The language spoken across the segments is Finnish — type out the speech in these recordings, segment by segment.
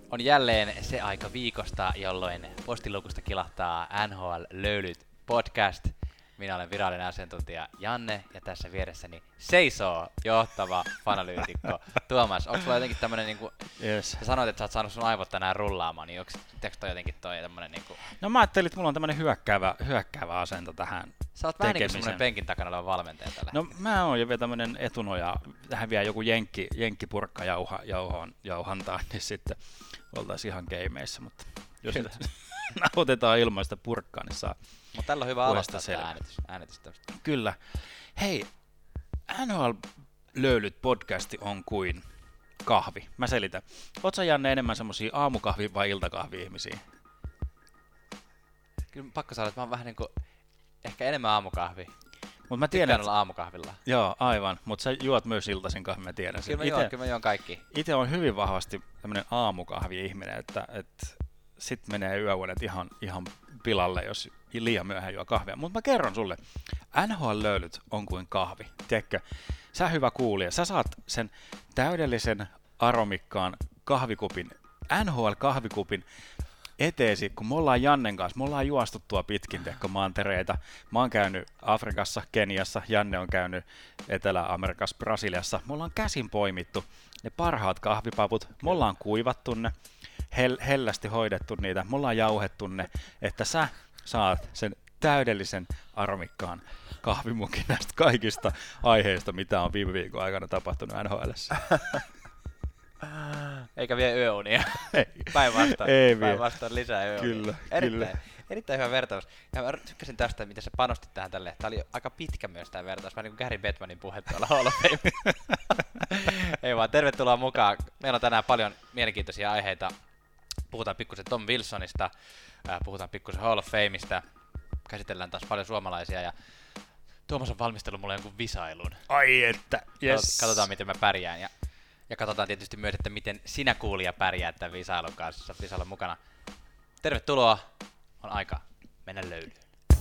On jälleen se aika viikosta, jolloin postilukusta kilahtaa NHL-löylyt podcast. Minä olen virallinen asiantuntija Janne ja tässä vieressäni seisoo johtava fanalyytikko Tuomas. Onko sulla jotenkin tämmönen niinku, yes. Sä sanoit, että sä oot saanut sun aivot tänään rullaamaan, niin onko toi jotenkin toi tämmönen niinku... No mä ajattelin, että mulla on tämmönen hyökkäävä asento tähän. Sä oot vähän niinku semmonen penkin takana oleva valmentaja tällä. No mä oon jo vielä tämmönen etunoja, tähän vielä joku jenkkipurkka jauhantaa, niin sitten oltaisiin ihan keimeissä, mutta jos otetaan ilmaista purkkaa, niin saa. Mutta tällä on hyvä aloittaa tämä äänitys. Kyllä. Hei, NHL-löylyt podcasti on kuin kahvi. Mä selitän. Oot sä, Janne, enemmän semmosia aamukahvi- vai iltakahvi-ihmisiä? Kyllä pakko sanoa, että mä oon vähän niinku ehkä enemmän aamukahvi. Mut mä tiedän, olla aamukahvilla. Joo, aivan. Mutta sä juot myös iltaisin kahvi, mä tiedän sen. Kyllä mä juon kaikki. Itse on hyvin vahvasti tämmönen aamukahvi-ihminen, että sit menee yöunet ihan pilalle, jos liian myöhään juo kahvia. Mutta mä kerron sulle, NHL-löylyt on kuin kahvi. Tiedätkö, sä hyvä kuulija, sä saat sen täydellisen aromikkaan kahvikupin, NHL-kahvikupin eteesi, kun me ollaan Jannen kanssa, me ollaan juostu tuo pitkin maantereita. Mä oon käynyt Afrikassa, Keniassa, Janne on käynyt Etelä-Amerikassa, Brasiliassa. Me ollaan käsin poimittu ne parhaat kahvipavut, me ollaan kuivattu ne, hellästi hoidettu niitä, me ollaan jauhettu ne, että sä saat sen täydellisen aromikkaan kahvimukin näistä kaikista aiheista, mitä on viime viikon aikana tapahtunut NHL:ssä. Eikä vie yöunia. Päinvastoin lisää yöunia. Kyllä. Erittäin hyvä vertaus. Ja mä tykkäsin tästä, miten sä panostit tähän tälleen. Tää oli aika pitkä myös tää vertaus. Vähän niin kuin Gary Bettmanin puhe tuolla Hall of Fame. Ei vaan, tervetuloa mukaan. Meillä on tänään paljon mielenkiintoisia aiheita. Puhutaan pikkusen Tom Wilsonista, puhutaan pikkusen Hall of Fameista. Käsitellään taas paljon suomalaisia ja Tuomas on valmistellut mulle jonkun visailun. Ai että, yes. Katsotaan miten mä pärjään ja katsotaan tietysti myös, että miten sinä kuulija pärjää tämän visailun kanssa, visailun mukana. Tervetuloa, on aika mennä löylyyn.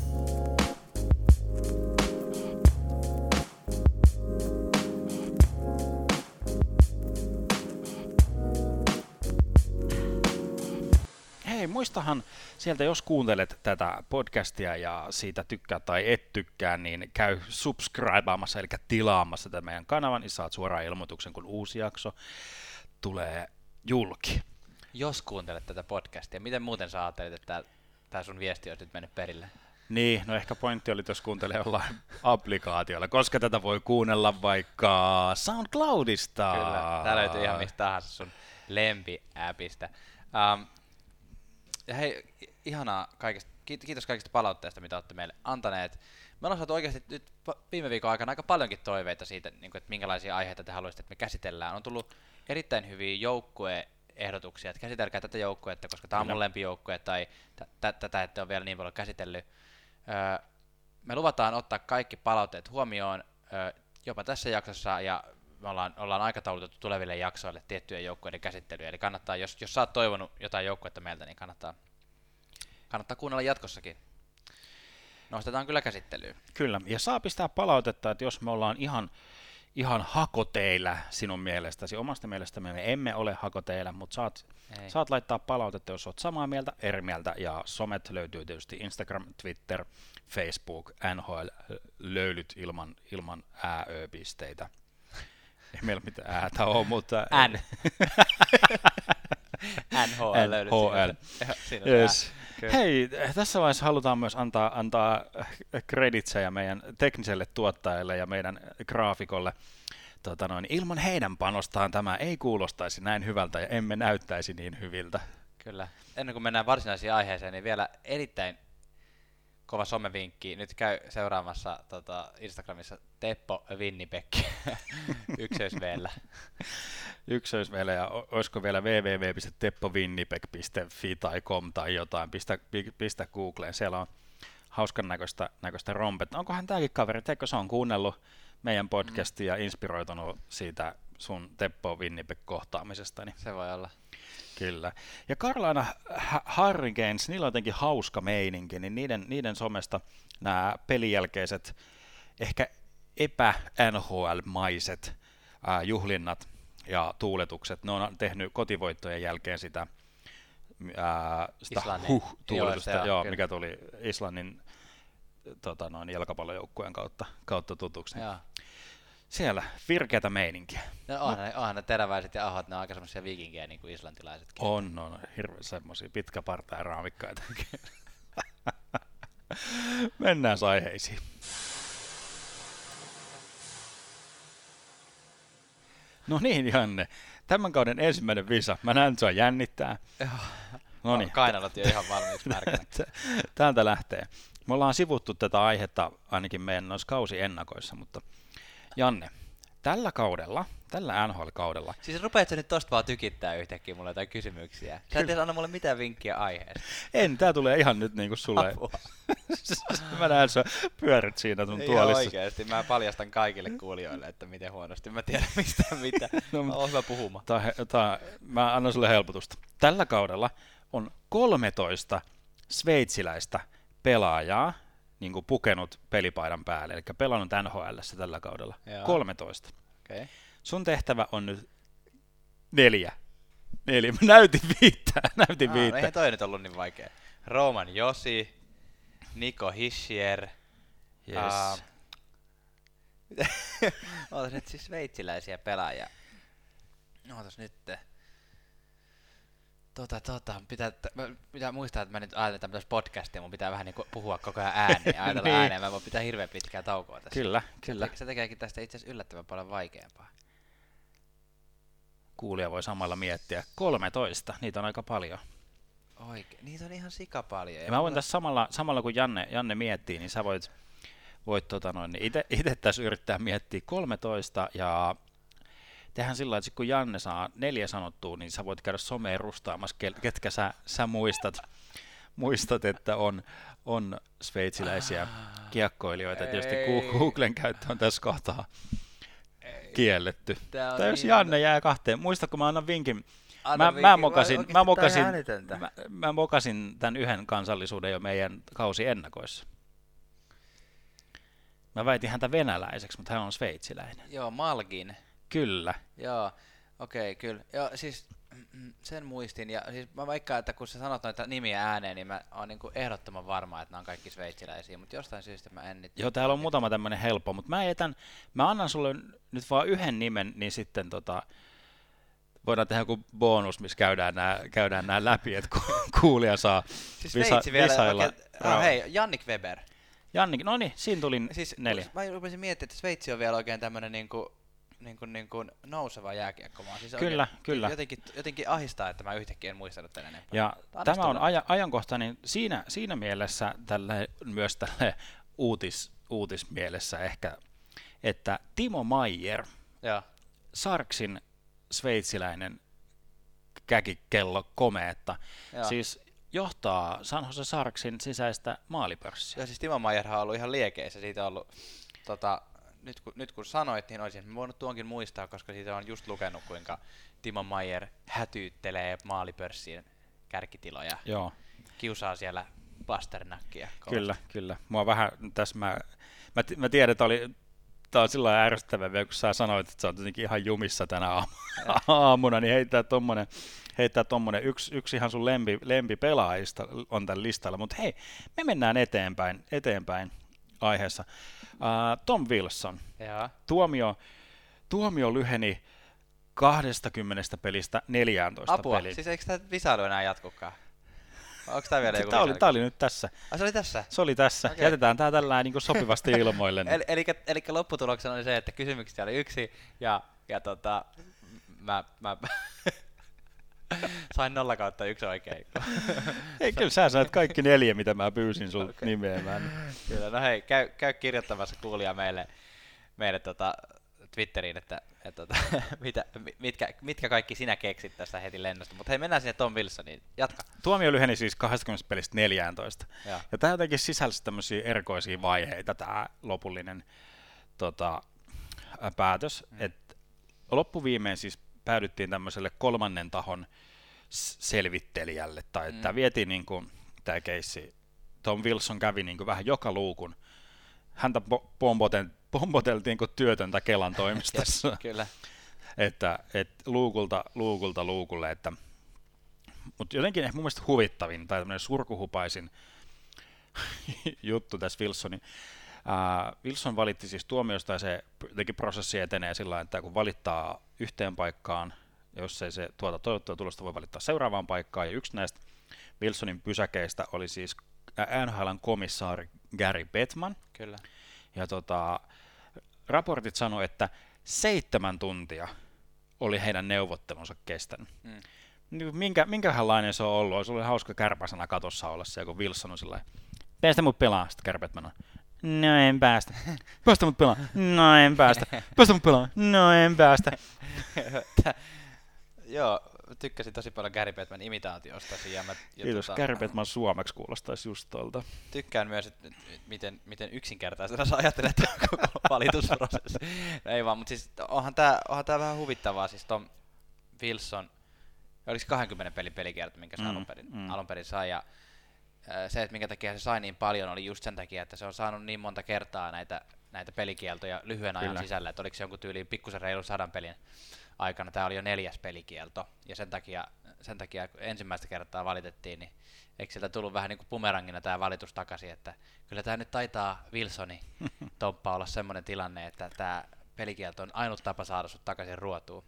Hei, muistahan sieltä, jos kuuntelet tätä podcastia ja siitä tykkää tai et tykkää, niin käy subscribeamassa, eli tilaamassa tämän meidän kanavan, niin saat suoraan ilmoituksen, kun uusi jakso tulee julki. Jos kuuntelet tätä podcastia, miten muuten sä ajattelit, että tämä sun viesti olisi nyt mennyt perille? Niin, no ehkä pointti oli, jos kuuntelee jollain applikaatiolla, koska tätä voi kuunnella vaikka SoundCloudista. Kyllä, tää löytyy ihan mistä tahansa sun lempiäpistä. Ja hei, ihanaa kiitos kaikista palautteista, mitä olette meille antaneet. Me ollaan saatu oikeasti nyt viime viikon aikana aika paljonkin toiveita siitä, että minkälaisia aiheita te haluaisitte, että me käsitellään. On tullut erittäin hyviä joukkueehdotuksia, että käsitelkää tätä joukkuetta, koska tämä on mun lempijoukkue, tai tätä ette ole vielä niin paljon käsitellyt. Me luvataan ottaa kaikki palautteet huomioon jopa tässä jaksossa, ja me ollaan aikataulutettu tuleville jaksoille tiettyjen joukkueiden käsittelyä, eli kannattaa, jos sä oot toivonut jotain joukkuetta meiltä, niin kannattaa kuunnella jatkossakin. Nostetaan kyllä käsittelyyn. Kyllä, ja saa pistää palautetta, että jos me ollaan ihan hakoteillä sinun mielestäsi, omasta mielestämme me emme ole hakoteillä, mutta saat laittaa palautetta, jos olet samaa mieltä, eri mieltä, ja somet löytyy tietysti Instagram, Twitter, Facebook, NHL-löylyt ilman ääöpisteitä. Ei meillä mitään äätä ole, mutta... NHL löydyt. Yes. Hei, tässä vaiheessa halutaan myös antaa kreditsejä meidän tekniselle tuottajalle ja meidän graafikolle. Ilman heidän panostaan tämä ei kuulostaisi näin hyvältä ja emme näyttäisi niin hyviltä. Kyllä. Ennen kuin mennään varsinaisiin aiheeseen, niin vielä erittäin kova somevinkki. Nyt käy seuraamassa Instagramissa Teppo Winnipeg ykkösveellä. Ykkösveellä, ja olisiko vielä www.teppowinnipeg.fi tai com tai jotain, pistä Googleen, siellä on hauskan näköistä rompetta. Onkohan tämäkin kaveri, teikö se on kuunnellut meidän podcastia ja inspiroitunut siitä sun Teppo Winnipeg-kohtaamisesta? Niin. Se voi olla. Kyllä. Ja Carolina Hurricanes, niillä on jotenkin hauska meininki, niin niiden somesta nämä pelijälkeiset, ehkä epä-NHL-maiset juhlinnat ja tuuletukset. Ne on tehnyt kotivoittojen jälkeen sitä tuuletusta, joo, mikä tuli Islannin jalkapallojoukkueen kautta tutuksi. Joo. Siellä virkeätä meininkiä. No, onhan ne teräväiset ja ahot, ne on aika semmoisia vikinkejä niin kuin islantilaisetkin. On hirveän semmoisia pitkäparta ja raamikkaita. Mennään aiheisiin. No niin, Janne. Tämän kauden ensimmäinen visa. Mä näen, että sua jännittää. Noniin. Kainalot jo ihan valmiiksi märkänä. Täältä lähtee. Me ollaan sivuttu tätä aihetta ainakin meidän noissa kausiennakoissa, mutta Janne, tällä NHL-kaudella... Siis rupeat sä nyt tosta vaan tykittää yhtäkkiä mulle jotain kysymyksiä? Sä et edes anna mulle mitään vinkkiä aiheesta. Tää tulee ihan nyt niinku sulle. Mä näen, sä pyörit siinä sun tuolissa. Ihan oikeesti, mä paljastan kaikille kuulijoille, että miten huonosti mä tiedän mistään mitä. Mä oon hyvä puhumaan. Mä annan sulle helpotusta. Tällä kaudella on 13 sveitsiläistä pelaajaa niin kuin pukenut pelipaidan päälle, eli pelannut NHL:ssä tällä kaudella. Joo. 13. Okay. Sun tehtävä on nyt 4. Mä näytin 5. No eihän toi nyt ollut niin vaikea. Roman Josi, Nico Hischier. Yes. Ootas nyt siis sveitsiläisiä pelaajia. Ootas nyt. Pitää muistaa, että mä nyt ajattelen tämmöistä podcastia, mun pitää vähän niin puhua koko ajan ääneen, ajatella niin. Ääneen, mä voin pitää hirveän pitkää taukoa tässä. Kyllä. Se tekeekin tästä itse asiassa yllättävän paljon vaikeampaa. Kuulija voi samalla miettiä. 13, niitä on aika paljon. Oikein, niitä on ihan sika paljon. Ja mä voin tässä samalla kun Janne miettii, niin sä voit itse tässä yrittää miettiä 13 ja tehdään sillä lailla, että kun Janne saa 4 sanottua, niin sä voit käydä someen rustaamassa, ketkä sä muistat, että on sveitsiläisiä kiekkoilijoita. Tietysti Googlen käyttö on tässä kohtaa kielletty. Tai jos Janne jää 2. Muistatko, mä annan vinkin. Mä mokasin tämän yhden kansallisuuden jo meidän kausiennakoissa. Mä väitin häntä venäläiseksi, mutta hän on sveitsiläinen. Joo, Malgin. Kyllä. Joo, okei, kyllä. Joo, siis sen muistin. Ja siis mä vaikka, että kun sä sanot noita nimiä ääneen, niin mä oon niinku ehdottoman varma, että nämä on kaikki sveitsiläisiä, mutta jostain syystä mä en nyt... Joo, täällä on muutama tämmönen helppo, mutta mä annan sulle nyt vaan yhden nimen, niin sitten voidaan tehdä joku bonus, missä käydään nämä läpi, että kuulija saa siis Sveitsi vielä, hei, Jannik Weber. Jannik, no niin, siinä tuli siis 4. Mä rupesin miettimään, että Sveitsi on vielä oikein tämmönen niinku nouseva jääkiekkomaa. Siis kyllä. Jotenkin ahistaa, että mä yhtäkkiä en muistanut tänne enempää. Ja tämä on ajankohtainen siinä mielessä myös tälle uutismielessä ehkä, että Timo Meier, Sharksin sveitsiläinen käkikello komeetta, siis johtaa San Jose Sharksin sisäistä maalipörssiä. Ja siis Timo Meierhan on ollut ihan liekeissä, siitä on ollut nyt kun sanoit, niin olisin voinut tuonkin muistaa, koska siitä on just lukenut, kuinka Timo Meier hätyyttelee maalipörssin kärkitiloja. Joo. Kiusaa siellä Pasternakkia. Kyllä. Mua vähän tässä mä tiedän, että tää on sillä lailla ärsyttävää vielä, kun sä sanoit, että sä oot jotenkin ihan jumissa tänä aamuna, niin heittää tommonen yksi ihan sun lempipelaajista on tällä listalla, mutta hei, me mennään eteenpäin aiheessa. Tom Wilson. Jaa. Tuomio lyheni 20 pelistä 14 Apua, peliin. siis eikö tämä visailu enää jatkukaan? Onko tämä vielä joku Tämä oli nyt tässä. Se oli tässä? Se oli tässä. Okay. Jätetään tämä tällä niin sopivasti ilmoille. Eli lopputuloksena oli se, että kysymyksiä oli 1 ja mä sain 0/1 oikein. Ei, kyllä sä sait kaikki 4, mitä mä pyysin sulta nimeämään. Kyllä, no hei, käy kirjoittamassa kuulija meille Twitteriin, että mitkä kaikki sinä keksit tästä heti lennosta. Mutta hei, mennään sinne Tom Wilsoniin. Jatka. Tuomio lyheni siis 20 pelistä 14. Ja tämä jotenkin sisälsi tämmöisiä erikoisia vaiheita, tämä lopullinen päätös. Että loppuviimein siis päädyttiin tämmöiselle 3. tahon selvittelijälle, tai että vietiin niin kuin tämä keissi. Tom Wilson kävi niin kuin vähän joka luukun. Häntä pompoteltiin kuin työtöntä Kelan toimistossa. Kyllä. että luukulta luukulle, mutta jotenkin ehkä mun mielestä huvittavin tai tämmöinen surkuhupaisin juttu tässä Wilsonin. Wilson valitti siis tuomiosta ja se jotenkin prosessi etenee sillä tavalla, että kun valittaa yhteen paikkaan, jos ei se tuota toivottua tulosta, voi valittaa seuraavaan paikkaan, ja yksi näistä Wilsonin pysäkeistä oli siis NHL:n komissaari Gary Bettman. Kyllä. Ja raportit sanoi, että 7 tuntia oli heidän neuvottelunsa kestänyt. Minkälainen se on ollut? Olisi ollut hauska kärpäsana katossa olla siellä, kun Wilson on sellainen, päästä mut pelaa, sitten Gary Bettman on, no en päästä. Päästä mut pelaa, no en päästä. Päästä mut pelaa, no en päästä. Joo, tykkäsin tosi paljon Gary Bettman imitaatiosta. Kiitos, Gary Bettman suomeksi kuulostaisi just tuolta. Tykkään myös, että miten yksinkertaisena sä ajattelet koko valitusprosessi. No ei vaan, mutta siis onhan tää vähän huvittavaa, siis Tom Wilson, oliko 20 pelin pelikierto, minkä se alun perin sai, ja se, että minkä takia se sai niin paljon, oli just sen takia, että se on saanut niin monta kertaa näitä pelikieltoja lyhyen ajan sisällä, että oliko se jonkun tyyliin pikkusen reilun 100 pelin aikana, tämä oli jo 4. pelikielto, ja sen takia kun ensimmäistä kertaa valitettiin, niin eikö sieltä tullut vähän niin kuin bumerangina tämä valitus takaisin, että kyllä tämä nyt taitaa Wilsoni toppa olla semmoinen tilanne, että tämä pelikielto on ainut tapa saada sut takaisin ruotuun.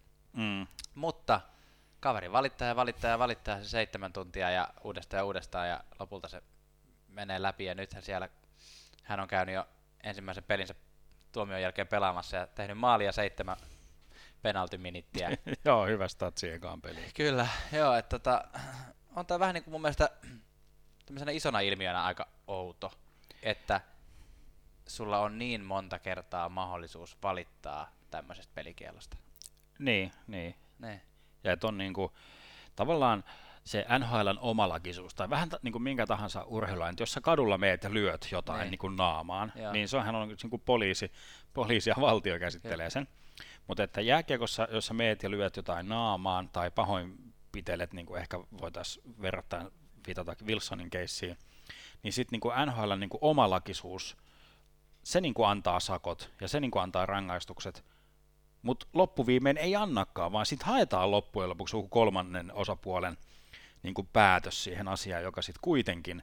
Mutta kaveri valittaa se 7 tuntia ja uudestaan ja lopulta se menee läpi, ja nythän siellä hän on käynyt jo ensimmäisen pelinsä tuomion jälkeen pelaamassa ja tehnyt maalia ja 7 penaltiminittiä. Joo, hyvä statsi ekaan peliin. Kyllä, joo, että on tää vähän niin kuin mun mielestä tämmöisenä isona ilmiönä aika outo, että sulla on niin monta kertaa mahdollisuus valittaa tämmöisestä pelikielosta. Niin. Ne. Ja että on niinku, tavallaan se NHL:n omalakisuus, tai vähän niin kuin minkä tahansa urheilulain, jos sä kadulla meet ja lyöt jotain niin kuin naamaan, niin sehän on niin kuin poliisi ja valtio käsittelee sen. Mutta että jääkiekossa, jos sä meet ja lyöt jotain naamaan tai pahoinpitelet, niin kuin ehkä voitaisiin verrattain viitata Wilsonin keissiin, niin sitten niin kuin NHL:n niin kuin omalakisuus, se niin kuin antaa sakot ja se niin kuin antaa rangaistukset, mutta loppuviimein ei annakaan, vaan sitten haetaan loppujen lopuksi joku kolmannen osapuolen niin kuin päätös siihen asiaan, joka sitten kuitenkin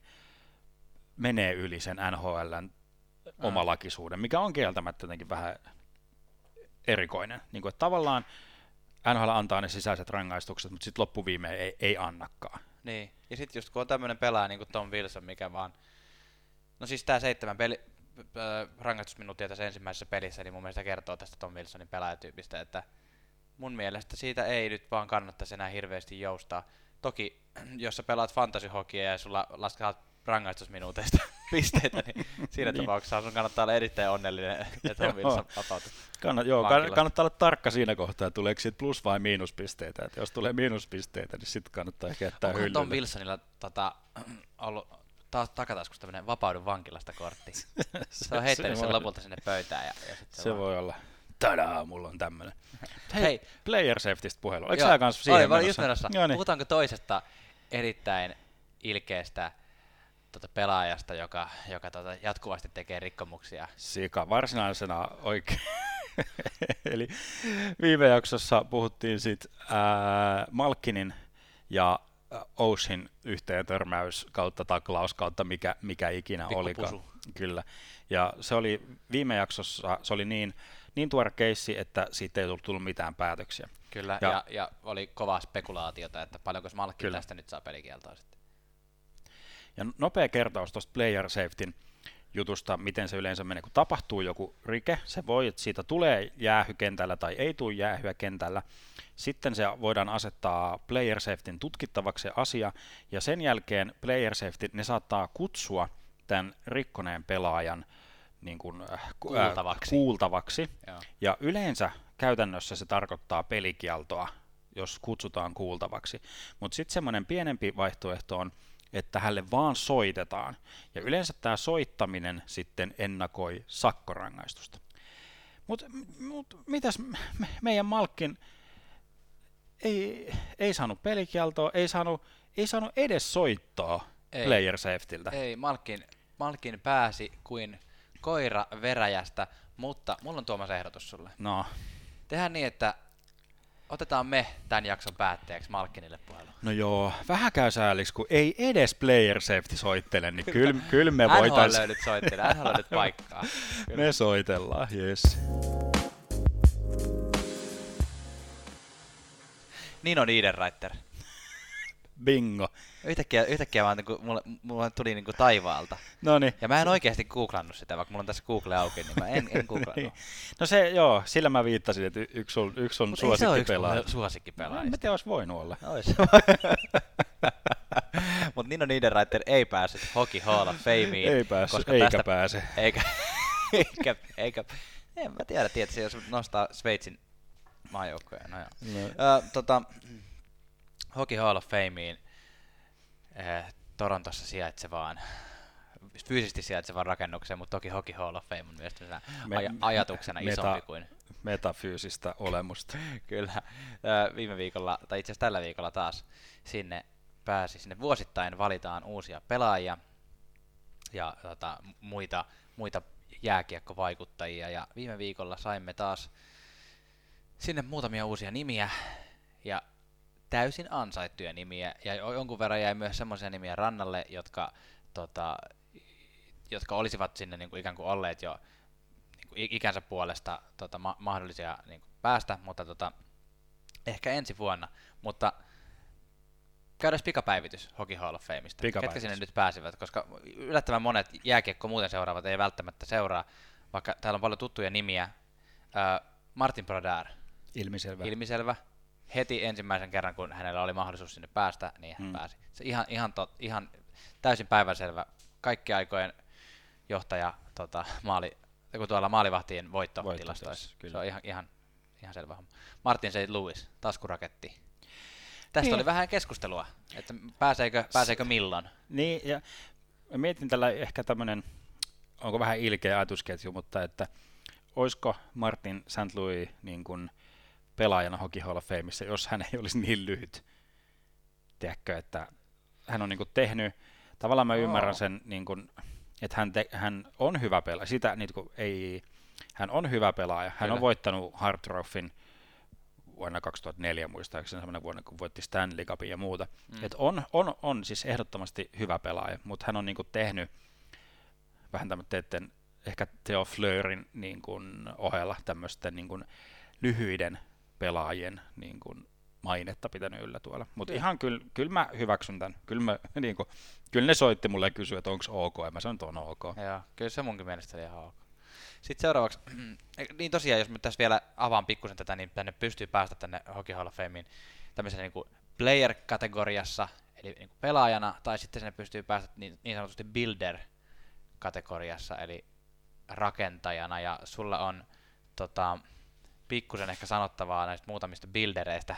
menee yli sen NHL:n omalakisuuden, mikä on kieltämättä jotenkin vähän erikoinen. Niin kuin, että tavallaan NHL antaa ne sisäiset rangaistukset, mutta sitten loppuviimein ei annakaan. Niin, ja sitten just kun on tämmöinen pelaaja niin kuin Tom Wilson, mikä vaan, no siis tämä 7 rangaistusminuuttia tässä ensimmäisessä pelissä, niin mun mielestä kertoo tästä Tom Wilsonin pelaajatyypistä, että mun mielestä siitä ei nyt vaan kannattaisi enää hirveästi joustaa. Toki, jos sä pelaat fantasy-hokia ja sulla lasketaan rangaistusminuuteista pisteitä, niin siinä tapauksessa sun kannattaa olla erittäin onnellinen, että Tom Wilson vapautuu. Kannattaa olla tarkka siinä kohtaa, tuleeko siitä plus- vai miinuspisteitä. Että jos tulee miinuspisteitä, niin sitten kannattaa ehkä jättää hyllylle. Onko Tom Wilsonilla ollut taas takataskussa tämmöinen vapaudu vankilasta kortti? Se on heittänyt sen lopulta sinne pöytään. Ja se voi olla. Tadaa, mulla on tämmönen. Hei, player safetystä puhelu. Eikö sä kanssa siihen menossa? No niin. Puhutaanko toisesta erittäin ilkeästä pelaajasta, joka jatkuvasti tekee rikkomuksia? Sika, varsinaisena oikein. Eli viime jaksossa puhuttiin sit Malkkinin ja Ocean yhteen törmäys kautta taklaus kautta mikä ikinä olikaan. Kyllä. Ja se oli viime jaksossa, se oli niin tuore keissi, että siitä ei tullut mitään päätöksiä. Kyllä, ja oli kovaa spekulaatiota, että paljonko Malkkin tästä nyt saa pelikieltoa sitten. Ja nopea kertaus tuosta player safetyn jutusta, miten se yleensä menee. Kun tapahtuu joku rike, se voi, että siitä tulee jäähy kentällä tai ei tule jäähyä kentällä. Sitten se voidaan asettaa player safetyn tutkittavaksi se asia, ja sen jälkeen player safety, ne saattaa kutsua tämän rikkoneen pelaajan niin kuin, kuultavaksi. Ja yleensä käytännössä se tarkoittaa pelikieltoa, jos kutsutaan kuultavaksi. Mutta sitten semmoinen pienempi vaihtoehto on, että hänelle vaan soitetaan. Ja yleensä tämä soittaminen sitten ennakoi sakkorangaistusta. Mutta mitäs meidän Malkkin ei saanut pelikieltoa, ei saanut edes soittaa player safetyltä. Ei, Malkkin pääsi kuin koira veräjästä, mutta mulla on Tuomas ehdotus sulle. No. Tehdään niin, että otetaan me tämän jakson päätteeksi Malkkinille puhelu. No joo, vähän käy sääliksi, kun ei edes player safety soittele, niin kyllä me voitaisiin. NHL nyt soittelee, NHL nyt paikkaa. Kyllä. Me soitellaan, jes. Nino Niederreiter. Bingo. Yhtäkkiä vaan niinku, mulla tuli niinku taivaalta. Noniin. Ja mä en oikeasti googlannut sitä, vaikka mulla on tässä Google auki, niin mä en googlannut. Niin. No se, joo, sillä mä viittasin, että yksi on suosikkipelaaja. Se on yksi suosikkipelaaja. En tiedä, olisi voinut olla. Ois. Mutta Nino Niederreiter ei päässyt Hockey Hall of Fameen. Ei päässyt, eikä pääse. Eikä. En mä tiedä, tietysti jos nostaa Sveitsin maajoukkoja. No joo. Hockey Hall of Fameen Torontossa sijaitsevaan, fyysisesti sijaitsevaan rakennukseen, mutta toki Hockey Hall of Fame on myös ajatuksena isompi kuin metafyysistä olemusta. Kyllä. Viime viikolla, tai itse asiassa tällä viikolla taas sinne vuosittain valitaan uusia pelaajia ja muita jääkiekkovaikuttajia, ja viime viikolla saimme taas sinne muutamia uusia nimiä, ja täysin ansaittuja nimiä, ja jonkun verran jäi myös semmoisia nimiä rannalle, jotka olisivat sinne niin kuin ikään kuin olleet jo niin kuin ikänsä puolesta mahdollisia niin kuin päästä, mutta ehkä ensi vuonna. Mutta käydään pikapäivitys Hockey Hall of Fameista. Ketkä sinne nyt pääsivät, koska yllättävän monet jääkiekko muuten seuraavat ei välttämättä seuraa, vaikka täällä on paljon tuttuja nimiä. Martin Brodeur. Ilmiselvä. Heti ensimmäisen kerran, kun hänellä oli mahdollisuus sinne päästä, niin hän pääsi. Se ihan täysin päivänselvä, kaikki aikojen johtaja kun tuolla maalivahtien voittotilastoissa. Se on ihan selvä homma. Martin St. Louis, taskuraketti. Tästä oli vähän keskustelua, että pääseekö milloin. Niin, ja mietin tällä ehkä tämmöinen, onko vähän ilkeä ajatusketju, mutta että olisiko Martin St. Louis niin kuin pelaajana Hockey Hall of Fameissa, jos hän ei olisi niin lyhyt. Tiedätkö, että hän on niin kuin tehnyt, tavallaan mä ymmärrän sen, niin kuin, että hän on hyvä pelaaja. Sitä, niin kuin, hän on hyvä pelaaja. Hän on voittanut Hart Trophyn vuonna 2004 muistaakseni, sellainen vuonna, kun voitti Stanley Cupin ja muuta. Että on siis ehdottomasti hyvä pelaaja, mutta hän on niin kuin tehnyt vähän tämmöinen ehkä Theo Fleurin niin kuin ohella tämmöisten niin kuin lyhyiden pelaajien niin kuin mainetta pitänyt yllä tuolla. Mutta ihan kyllä mä hyväksyn tämän. Kyllä ne soitti mulle ja kysyi, että onko ok, ja mä sanoin, että on ok. Joo, kyllä se munkin mielestä oli ihan ok. Sitten seuraavaksi, niin tosiaan, jos mä tässä vielä avaan pikkusen tätä, niin tänne pystyy päästä tänne Hockey Hall of Fameen tämmöisen niin kuin player-kategoriassa, eli niin kuin pelaajana, tai sitten sinne pystyy päästä niin sanotusti builder-kategoriassa, eli rakentajana, ja sulla on pikkusen ehkä sanottavaa näistä muutamista buildereistä,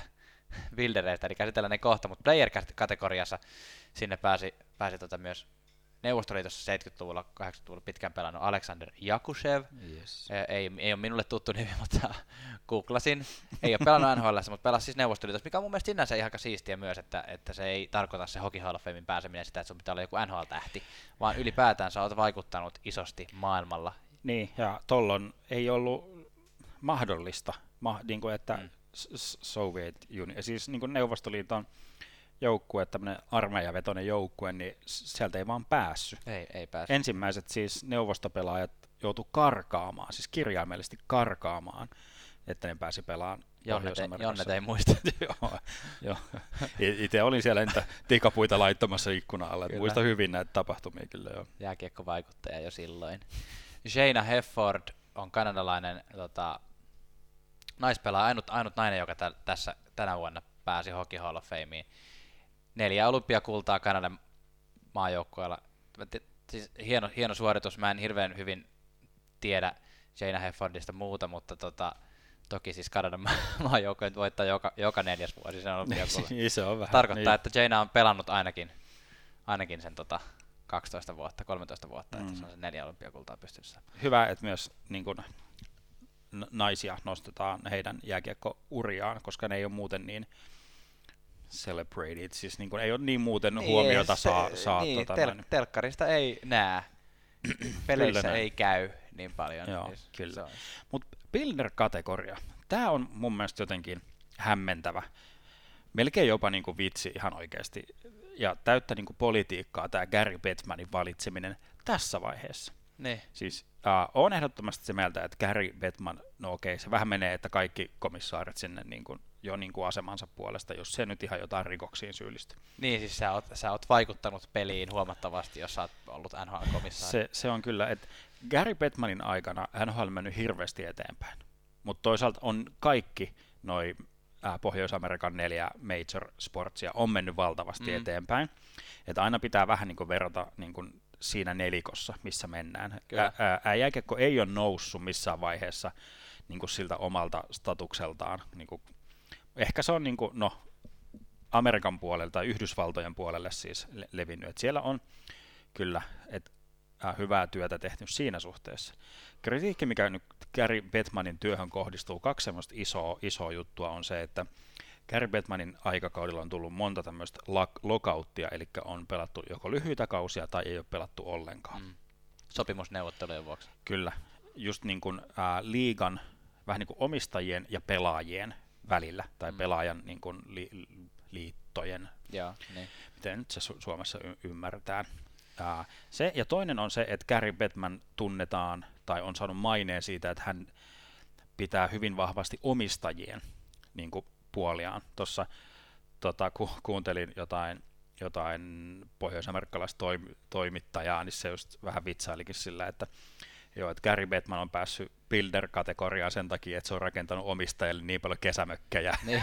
eli käsitellään ne kohta, mutta player-kategoriassa sinne pääsi myös Neuvostoliitossa 70-luvulla, 80-luvulla pitkään pelannut Alexander Jakushev. Yes. Ei ole minulle tuttu nimi, mutta googlasin. Ei ole pelannut NHL:ssä, mutta pelasi siis Neuvostoliitossa, mikä on mun mielestä sinänsä ihan siistiä myös, että se ei tarkoita se Hockey Hall of Famen pääseminen sitä, että sun pitää olla joku NHL-tähti, vaan ylipäätään sä oot vaikuttanut isosti maailmalla. Niin, ja tollon ei ollut mahdollista, niin kuin että Soviet Union, siis niin kuin Neuvostoliiton joukkue, tämmöinen armeijavetoinen joukkue, niin sieltä ei vaan päässyt. Ei päässyt. Ensimmäiset siis neuvostopelaajat joutu karkaamaan, siis kirjaimellisesti karkaamaan, että ne pääsi pelaamaan Pohjois-Amerikassa. Jonnet ei muista. Joo. Itse olin siellä entä tikapuita laittamassa ikkuna alle. Muista hyvin näitä tapahtumia kyllä jo. Jääkiekkovaikuttaja jo silloin. Shayna Hefford on kanadalainen naispelaaja, ainut nainen, joka tänä vuonna pääsi Hockey Hall of Fameen. 4 olympiakultaa Kanadan maajoukkueella. Siis hieno suoritus. Mä en hirveän hyvin tiedä Shayna Heffordista muuta, mutta toki siis Kanadan maajoukkueet voittaa joka 4. vuosi sen olympiakullan. Se on vähän. Tarkoittaa, niin, että Shayna on pelannut ainakin sen 12 vuotta, 13 vuotta, että se on sen 4 olympiakultaa pystyssä. Hyvä, että myös niin kun, naisia nostetaan heidän jääkiekko-uriaan, koska ne ei ole muuten niin celebrated, siis niin kun, ei ole niin muuten niin, huomiota saa niin, telkkarista ei näe, peleissä ei käy niin paljon. Joo, siis kyllä. Mutta builder-kategoria, tämä on mun mielestä jotenkin hämmentävä, melkein jopa niin kuin vitsi ihan oikeasti, ja täyttä niin kuin politiikkaa tämä Gary Bettmanin valitseminen tässä vaiheessa. Niin. Siis olen ehdottomasti se mieltä, että Gary Bettman, no okei, se vähän menee, että kaikki komissaarit sinne niin kuin, jo niin kuin asemansa puolesta, jos se nyt ihan jotain rikoksiin syyllistyy. Niin, siis sä oot vaikuttanut peliin huomattavasti, jos sä oot ollut NHL-komissaari. Se on kyllä, että Gary Bettmanin aikana NHL on mennyt hirveästi eteenpäin, mutta toisaalta on kaikki noi Pohjois-Amerikan 4 major sportsia on mennyt valtavasti eteenpäin, että aina pitää vähän niin kuin verrata niin kuin siinä nelikossa, missä mennään. Jääkiekko ei ole noussut missään vaiheessa niin kuin siltä omalta statukseltaan. Niin kuin, ehkä se on niin kuin, Amerikan puolelle tai Yhdysvaltojen puolelle siis levinnyt. Et siellä on kyllä hyvää työtä tehty siinä suhteessa. Kritiikki, mikä nyt Gary Bettmanin työhön kohdistuu, 2 semmoista isoa juttua on se, että Gary Bettmanin aikakaudella on tullut monta tämmöistä lockouttia, eli on pelattu joko lyhyitä kausia tai ei ole pelattu ollenkaan. Sopimusneuvottelujen vuoksi. Kyllä, just niin kuin liigan, vähän niin kuin omistajien ja pelaajien välillä, tai pelaajan niin kuin liittojen, niin. miten nyt se Suomessa ymmärretään. Se, ja toinen on se, että Gary Bettman tunnetaan, tai on saanut maineen siitä, että hän pitää hyvin vahvasti omistajien niin kuin puoliaan. Tuossa kuuntelin jotain pohjois-amerikkalaista toimittajaa, niin se just vähän vitsailikin sillä, että Gary Bettman on päässyt builder-kategoriaan sen takia, että se on rakentanut omistajille niin paljon kesämökkejä, niin.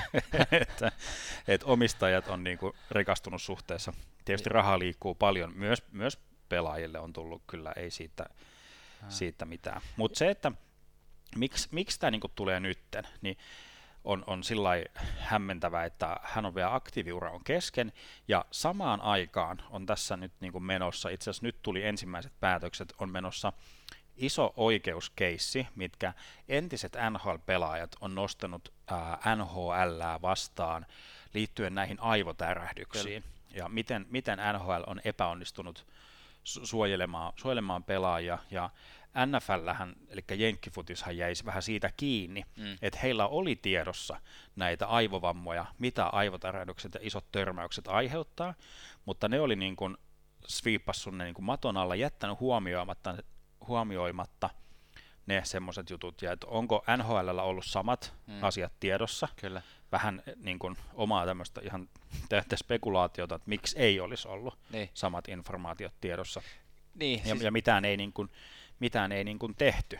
että omistajat on niinku rikastunut suhteessa. Tietysti rahaa liikkuu paljon, myös pelaajille on tullut kyllä, ei siitä mitään. Mutta se, että miksi tämä niinku tulee nytten, niin on sillai hämmentävää, että hän on vielä aktiiviura on kesken, ja samaan aikaan on tässä nyt niin kuin menossa, itse asiassa nyt tuli ensimmäiset päätökset, on menossa iso oikeuskeissi, mitkä entiset NHL-pelaajat on nostanut NHL:ää vastaan liittyen näihin aivotärähdyksiin, ja miten NHL on epäonnistunut suojelemaan pelaajia, ja NFL:hän, eli jenkkifutishan jäisi vähän siitä kiinni, että heillä oli tiedossa näitä aivovammoja, mitä aivotärähdykset ja isot törmäykset aiheuttaa, mutta ne oli niin kuin sviippassu ne niin kuin maton alla, jättänyt huomioimatta ne semmoiset jutut, ja että onko NHL:llä ollut samat asiat tiedossa, Kyllä. vähän niin kuin omaa tämmöistä ihan täyttä spekulaatiota, että miksi ei olisi ollut samat informaatiot tiedossa, ja mitään ei niin kuin tehty.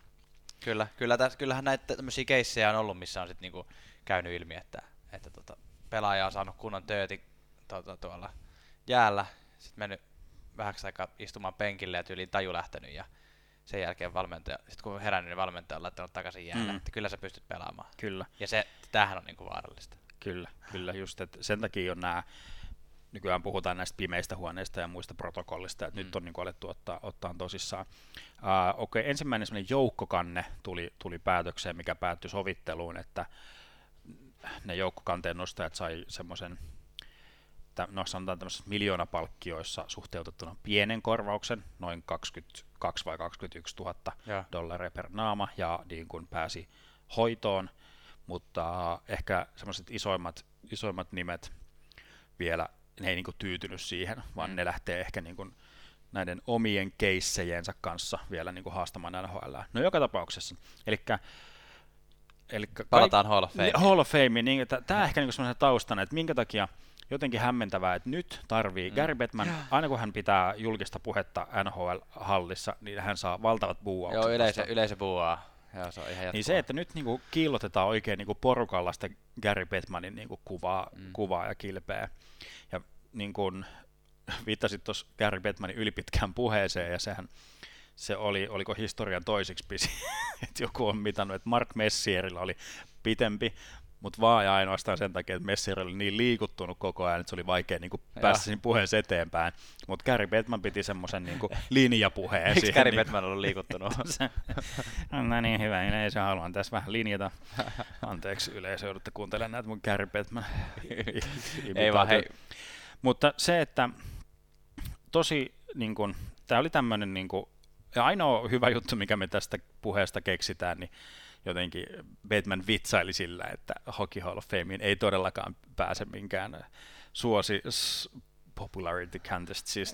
Kyllähän näitä tämmöisiä keissejä on ollut, missä on sit niinku käynyt ilmi, että pelaaja on saanut kunnon töötin tuolla jäällä, sitten mennyt vähäksi aikaa istumaan penkille ja tyyliin taju lähtenyt, ja sen jälkeen kun on herännyt, niin valmentaja on laittanut takaisin jäälle, että kyllä sä pystyt pelaamaan. Kyllä. Ja tämähän on niinku vaarallista. Kyllä, just, että sen takia on nykyään puhutaan näistä pimeistä huoneista ja muista protokollista, että nyt on niin kuin alettu ottaa tosissaan. Ensimmäinen semmoinen joukkokanne tuli päätökseen, mikä päättyi sovitteluun, että ne joukkokanteen nostajat sai semmoisen, sanotaan tämmöisessä miljoonapalkkioissa suhteutettuna pienen korvauksen, noin 22 vai 21 000 dollaria per naama, ja niin kuin pääsi hoitoon, mutta ehkä semmoiset isoimmat nimet vielä, ne ei niin kuin tyytynyt siihen, vaan ne lähtee ehkä niin kuin näiden omien keissejensä kanssa vielä niin kuin haastamaan NHL:ää. No joka tapauksessa, eli palataan Hall of Fameen. Hall of Fameen, niin tämä ehkä niin semmoinen taustana, että minkä takia jotenkin hämmentävää, että nyt tarvii Gary Bettman, aina kun hän pitää julkista puhetta NHL-hallissa, niin hän saa valtavat buuaukset. Joo, yleisö buuaa. Joo, se on ihan niin se, että nyt niinku kiillotetaan oikein niinku porukalla sitä Gary Bettmanin niinku kuvaa ja kilpeä. Ja niin kuin viittasit tuossa Gary Bettmanin ylipitkään puheeseen, ja se oliko historian toisiksi pisin, että joku on mitannut, että Mark Messierillä oli pitempi, mutta vaan ja ainoastaan sen takia, että Messier oli niin liikuttunut koko ajan, että se oli vaikea niin päästä siinä puheessa eteenpäin. Mutta Gary Bettman piti semmoisen niin linjapuheen. Miksi Gary Bettman on ollut liikuttunut? No niin, hyvä yleisö, haluan tässä vähän linjata. Anteeksi yleisö, joudutte kuuntelemaan näitä mun Gary Bettman. Ei vaan, hei. Mutta se, että tosi, niin kun, tämä oli tämmöinen niin kun ja ainoa hyvä juttu, mikä me tästä puheesta keksitään, niin jotenkin Batman vitsaili sillä, että Hockey Hall of Fameen ei todellakaan pääse minkään popularity contest. Siis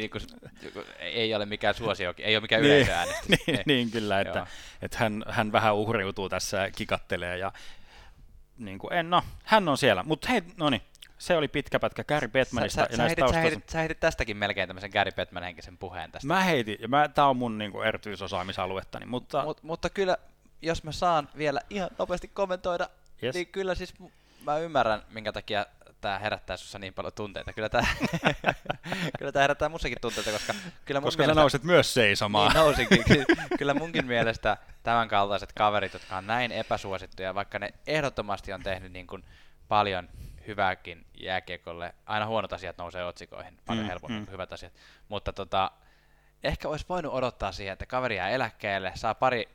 ei ole mikään suosio, ei ole mikään yleisöäänestys. niin kyllä, että hän vähän uhriutuu tässä, kikattelee ja niin kuin, hän on siellä, mutta hei, no niin. Se oli pitkä pätkä Gary Batmanista. Sä heitit tästäkin melkein tämmöisen Gary Batman-henkisen puheen tästä. Mä heitin, ja tää on mun niinku erityisosaamisaluettani, mutta... Mutta kyllä, jos mä saan vielä ihan nopeasti kommentoida, niin kyllä siis mä ymmärrän, minkä takia tää herättää sussa niin paljon tunteita. Kyllä tää herättää mussakin tunteita, koska kyllä mun koska sä nousit myös seisomaan. Niin nousinkin. Kyllä munkin mielestä tämän kaltaiset kaverit, jotka on näin epäsuosittuja, vaikka ne ehdottomasti on tehnyt niin kuin paljon hyvääkin jääkiekolle. Aina huonot asiat nousee otsikoihin, paljon helpommin kuin hyvät asiat. Mutta ehkä olisi voinut odottaa siihen, että kaveri jää eläkkeelle, saa pari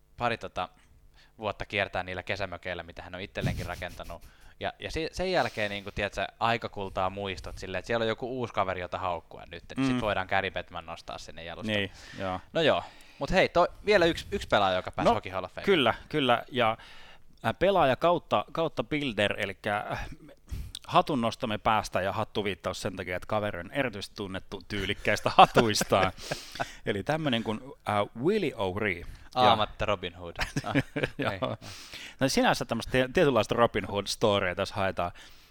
vuotta kiertää niillä kesämökeillä, mitä hän on itselleenkin rakentanut. Ja sen jälkeen niin kun, tiedätkö, aika kultaa muistot silleen, että siellä on joku uusi kaveri, jota haukkua nyt. Sitten voidaan Gary Batman nostaa sinne jalustalle. Niin, joo. No joo, mutta hei, vielä yksi pelaaja, joka pääsi Hockey Hall of Fameen. Kyllä. Ja pelaaja kautta builder, eli hatun nostamme päästä ja hattuviittaus sen takia, että kaveri on erityisesti tunnettu tyylikkäistä hatuistaan. Eli tämmöinen kuin Willie O'Ree. Aamatta Robin Hood. No, sinänsä tämmöistä tietynlaista Robin Hood-storia tässä haetaan.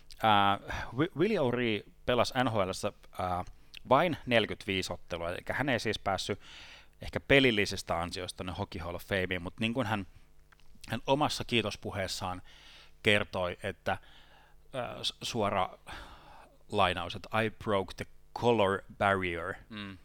Willie O'Ree pelasi NHL:ssä vain 45 ottelua, eli hän ei siis päässyt ehkä pelillisistä ansioista tuonne Hockey Hall of Fameen, mutta niin kuin hän omassa kiitospuheessaan kertoi, että suora lainaus, että I broke the color barrier.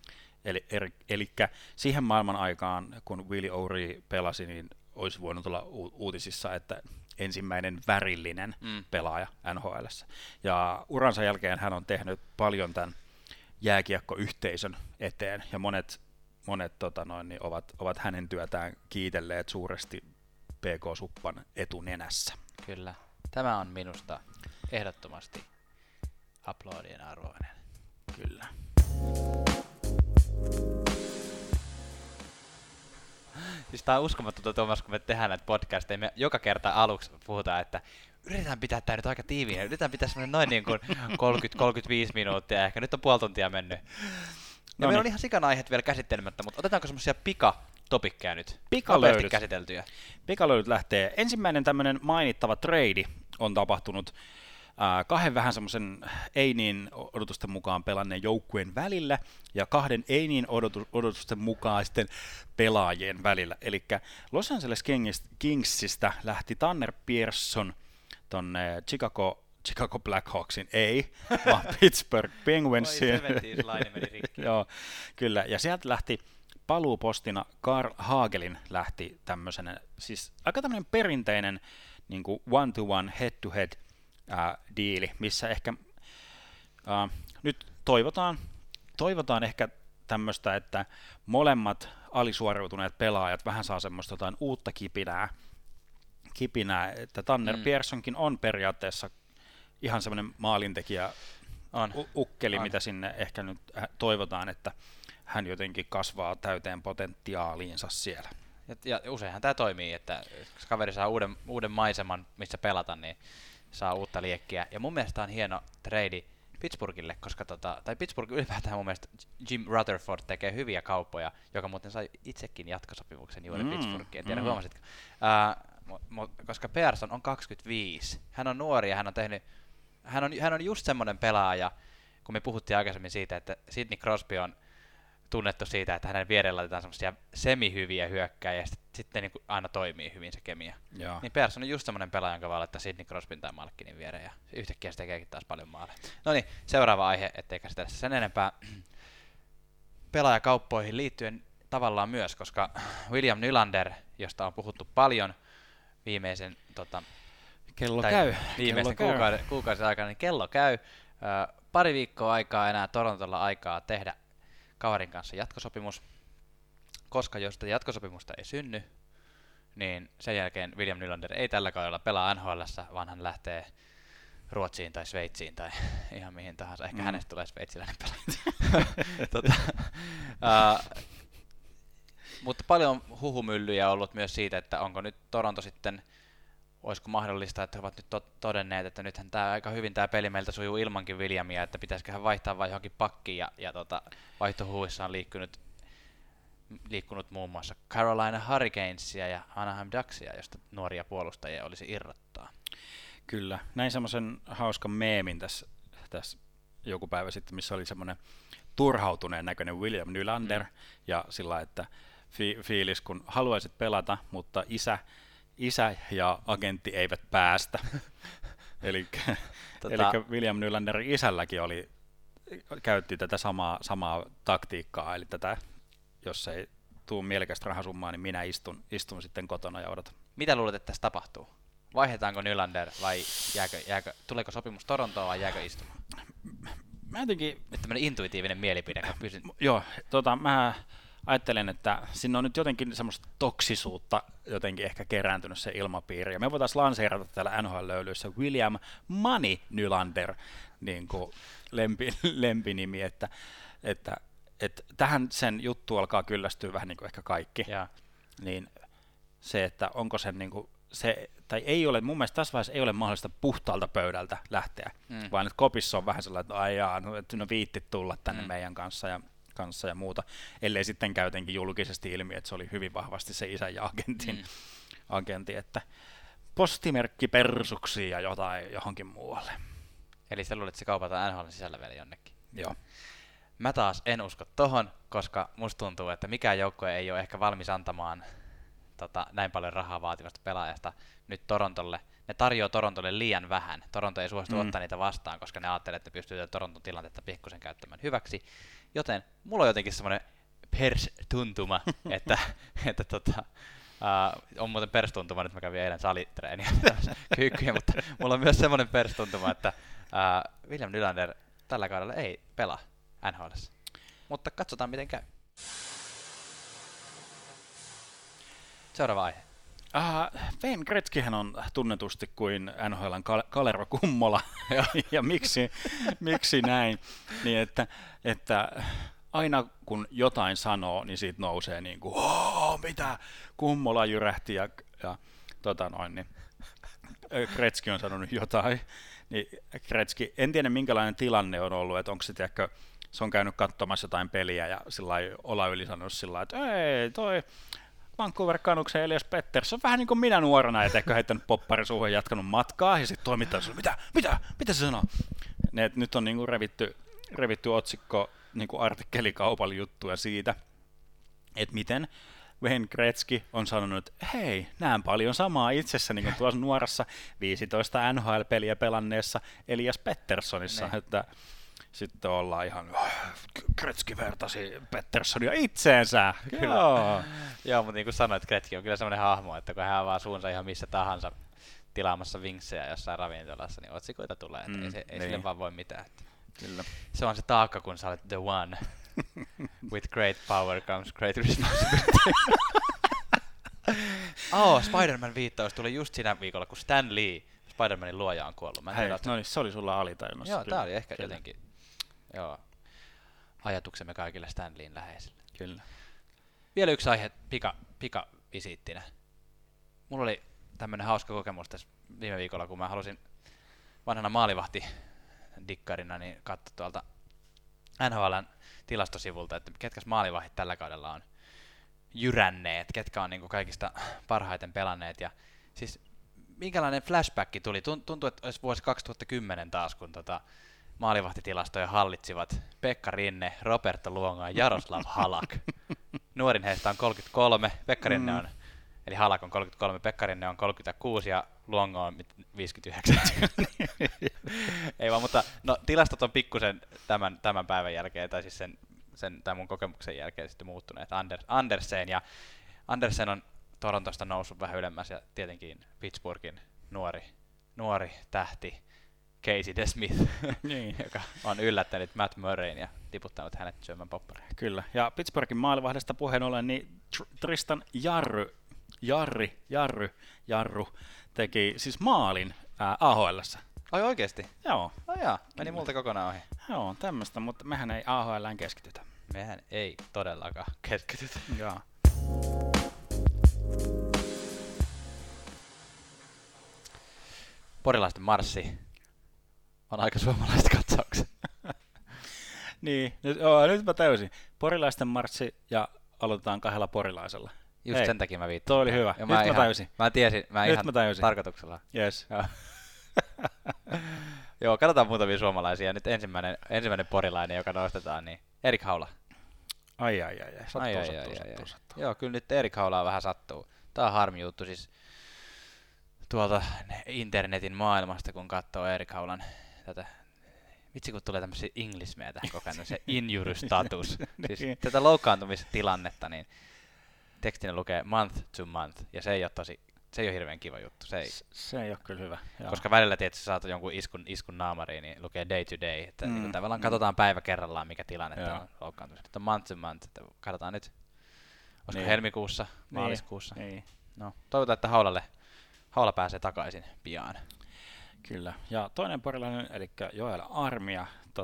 Eli siihen maailman aikaan, kun Willie O'Ree pelasi, niin olisi voinut olla uutisissa, että ensimmäinen värillinen pelaaja NHL:ssä. Ja uransa jälkeen hän on tehnyt paljon tämän jääkiekkoyhteisön eteen, ja monet ovat hänen työtään kiitelleet suuresti PK-suppan etunenässä. Kyllä. Tämä on minusta ehdottomasti aplodien arvoinen. Kyllä. Siis tää on uskomatonta, Tuomas, kun me tehdään näitä podcasteja. Me joka kerta aluksi puhutaan, että yritetään pitää tää nyt aika tiiviin. Yritetään pitää semmonen noin niin kuin 30-35 minuuttia ehkä. Nyt on puoli tuntia mennyt. Ja meillä on ihan sikan aiheet vielä käsittelemättä, mutta otetaanko semmosia pikatopikkeja nyt? Pikalöydyt lähtee. Ensimmäinen tämmöinen mainittava trade on tapahtunut kahden vähän semmoisen ei niin odotusten mukaan pelanneen joukkueen välillä ja kahden ei niin odotusten mukaisten pelaajien välillä. Eli Los Angeles Kingsistä lähti Tanner Pearson tonne Chicago Blackhawksin, vaan Pittsburgh Penguinsiin. Joo, kyllä. Ja sieltä lähti paluupostina Carl Hagelin lähti tämmöisenä, siis aika tämmöinen perinteinen niin kuin one-to-one, head-to-head diili, missä ehkä nyt toivotaan ehkä tämmöistä, että molemmat alisuoriutuneet pelaajat vähän saa semmoista jotain uutta kipinää, että Tanner Pearsonkin on periaatteessa ihan semmoinen maalintekijä ukkeli, mitä sinne ehkä nyt toivotaan, että hän jotenkin kasvaa täyteen potentiaaliinsa siellä. Ja useinhan tämä toimii, että jos kaveri saa uuden maiseman, missä pelata, niin saa uutta liekkiä. Ja mun mielestä on hieno trade Pittsburghille, koska tai Pittsburgh ylipäätään mun mielestä Jim Rutherford tekee hyviä kauppoja, joka muuten sai itsekin jatkosopimuksen juuri Pittsburghiin. En tiedä, huomasitko. Koska Pearson on 25. Hän on nuori ja hän on just semmoinen pelaaja, kun me puhuttiin aikaisemmin siitä, että Sidney Crosby on tunnettu siitä, että hänen vierellä laitetaan semmoisia semihyviä hyökkääjiä, ja sitten niin aina toimii hyvin se kemia. Joo. Niin Pearson on just semmoinen pelaaja, jonka voi laittaa Sidney Crosbyn tai Malkinin viereen, ja yhtäkkiä se tekeekin taas paljon maaleja. No niin, seuraava aihe, ettei käsitellä sen enempää. Pelaajakauppoihin liittyen tavallaan myös, koska William Nylander, josta on puhuttu paljon viimeisen kuukauden aikana, niin kello käy. Pari viikkoa aikaa enää Torontolla aikaa tehdä kaverin kanssa jatkosopimus, koska jos tätä jatkosopimusta ei synny, niin sen jälkeen William Nylander ei tällä kaudella pelaa NHL:ssä, vaan hän lähtee Ruotsiin tai Sveitsiin tai ihan mihin tahansa. Ehkä hänestä tulee sveitsiläinen pelaaja. Mutta paljon huhumyllyjä ollut myös siitä, että onko nyt Toronto sitten, olisiko mahdollista, että he ovat nyt todenneet, että nythän tämä aika hyvin tämä peli meiltä sujuu ilmankin Williamia, että pitäisiköhän vaihtaa vai johonkin pakkiin, ja vaihtohuhuissa on liikkunut muun muassa Carolina Hurricanesia ja Anaheim Ducksia, josta nuoria puolustajia olisi irrottaa. Kyllä, näin semmoisen hauskan meemin tässä joku päivä sitten, missä oli semmoinen turhautuneen näköinen William Nylander, ja sillä että fiilis, kun haluaisit pelata, mutta isä ja agentti eivät päästä. Eli William Nylanderin isälläkin käytti tätä samaa taktiikkaa, eli tätä, jos ei tule mielekästä rahasummaa, niin minä istun sitten kotona ja odotan. Mitä luulet, että tässä tapahtuu? Vaihdetaanko Nylander vai tuleeko sopimus Torontoon vai jääkö istumaan? Mä jotenkin... Nyt tämmöinen intuitiivinen mielipide. Joo, mä ajattelen, että siinä on nyt jotenkin semmoista toksisuutta jotenkin ehkä kerääntynyt se ilmapiiri. Ja me voitaisiin lanseerata täällä NHL-löylyissä William Money Nylander, niin kuin lempinimi, että tähän sen juttu alkaa kyllästyä vähän niin kuin ehkä kaikki. Ja. Niin se, että onko se niin kuin se, tai ei ole, mun mielestä tässä vaiheessa ei ole mahdollista puhtaalta pöydältä lähteä, vaan että kopissa on vähän sellainen, että no viitti tulla tänne meidän kanssa ja muuta, ellei sitten käy jotenkin julkisesti ilmi, että se oli hyvin vahvasti se isän ja agentti, että postimerkki persuksi ja jotain johonkin muualle. Eli sä luulet, että se kaupataan NHL:n sisällä vielä jonnekin? Joo. Mä taas en usko tohon, koska musta tuntuu, että mikään joukkue ei ole ehkä valmis antamaan näin paljon rahaa vaativasta pelaajasta nyt Torontolle. Ne tarjoaa Torontolle liian vähän. Toronto ei suostu ottaa niitä vastaan, koska ne ajattelee, että pystyy Toronton tilannetta pikkusen käyttämään hyväksi. Joten mulla on jotenkin semmoinen pers-tuntuma, että on muuten pers-tuntuma, nyt mä kävin eilen salitreeniä kyykkyjä, mutta mulla on myös semmoinen pers-tuntuma, että William Nylander tällä kaudella ei pelaa NHL:ssä. Mutta katsotaan miten käy. Seuraava aihe. Wayne Gretzkyhän on tunnetusti kuin NHL:n Kalervo Kummola, ja miksi näin, niin että aina kun jotain sanoo, niin siitä nousee niin kuin, mitä Kummola jyrähti, ja niin Gretzky on sanonut jotain, niin Gretzky, en tiedä minkälainen tilanne on ollut, että onko se on käynyt katsomassa jotain peliä, ja sillä lailla olla yli sanonut sillä lailla, että ei, toi Vancouver Canucksen Elias Pettersson, vähän niin kuin minä nuorena, et ehkä heittänyt poppari suuhun ja jatkanut matkaa, ja sitten toimittaja sanoi, mitä se sanoo? Nyt on niinku revitty otsikko niinku artikkelikaupalla juttuja siitä, että miten Wayne Gretzky on sanonut, että hei, näen paljon samaa itsessä, niin kuin tuossa nuorassa 15 NHL-peliä pelanneessa Elias Petterssonissa, että sitten ollaan ihan, Gretzky vertasi Petterssonia itseensä. Joo, mutta niin kuin sanoit, Gretzky on kyllä semmoinen hahmo, että kun hän avaa suunsa ihan missä tahansa tilaamassa vinksejä jossain ravintolassa, niin otsikoita tulee, että ei sille vaan voi mitään. Kyllä. Se on se taakka, kun sä olet the one. With great power comes great responsibility. Spider-Man -viittaus tuli just siinä viikolla, kun Stan Lee, Spider-Manin luoja, on kuollut. Niin se oli sulla alitajunnassa. Joo, tää oli ehkä jotenkin ajatuksemme kaikille Stan Leen läheisille. Kyllä. Vielä yksi aihe pikavisiittinä. Mulla oli tämmönen hauska kokemus tässä viime viikolla, kun mä halusin vanhana maalivahti-dikkarina niin katsoa tuolta NHL:n tilastosivulta, että ketkäs maalivahit tällä kaudella on jyränneet, ketkä on niinku kaikista parhaiten pelanneet. Ja siis minkälainen flashback tuli? Tuntuu, että olisi vuosi 2010 taas, kun maalivahtitilastoja hallitsivat Pekka Rinne, Roberto Luongo ja Jaroslav Halak. Nuorin heistä on 33, Pekka Rinne on, eli Halak on 33, Pekka Rinne on 36 ja Luongo on 59. Ei vaan, mutta tilastot on pikkusen tämän päivän jälkeen, tai siis tämän mun kokemuksen jälkeen sitten muuttuneet. Andersen on Torontosta noussut vähän ylemmäs ja tietenkin Pittsburghin nuori tähti Casey DeSmith, joka on yllättänyt Matt Murrayn ja tiputtanut hänet syömään poppareja. Kyllä, ja Pittsburghin maalivahdesta puheen ollen, niin Tristan Jarru teki siis maalin AHL:ssä. Ai oikeesti? Joo. Meni multa kokonaan ohi. Joo, tämmöistä, mutta mehän ei AHL:ään keskitytä. Mehän ei todellakaan keskitytä. Joo. Porilaisten marssi on aika suomalaista katsaukset. Niin, nyt mä täysin. Porilaisten marssi ja aloitetaan 2 porilaisella. Just sen takia mä viittaan. Toi oli hyvä. Nyt mä täysin. Mä tiesin, nyt mä täysin. Tarkoituksella. Yes. Joo, katsotaan muutamia suomalaisia. Nyt ensimmäinen porilainen, joka nostetaan, niin Erik Haula. Ai. Sattuu. Joo, kyllä nyt Erik Haulaa vähän sattuu. Tää on harmi juttu siis tuolta internetin maailmasta, kun katsoo Erik Haulan tätä. Vitsi, kun tulee tämmöisiä inglismejä tähän koko ajan, se injury status. Siis tätä loukkaantumistilannetta, niin tekstinä lukee month to month, ja se ei ole hirveän kiva juttu. Se ei ole kyllä hyvä. Joo. Koska välillä tietysti saat jonkun iskun naamariin, niin lukee day to day, että niin tavallaan katsotaan päivä kerrallaan, mikä tilanne on loukkaantumista. Nyt on month to month, että katsotaan nyt, olisiko helmikuussa, maaliskuussa. Niin. No, toivotaan, että Haula pääsee takaisin pian. Kyllä. Ja toinen porilainen, eli Joel Armia,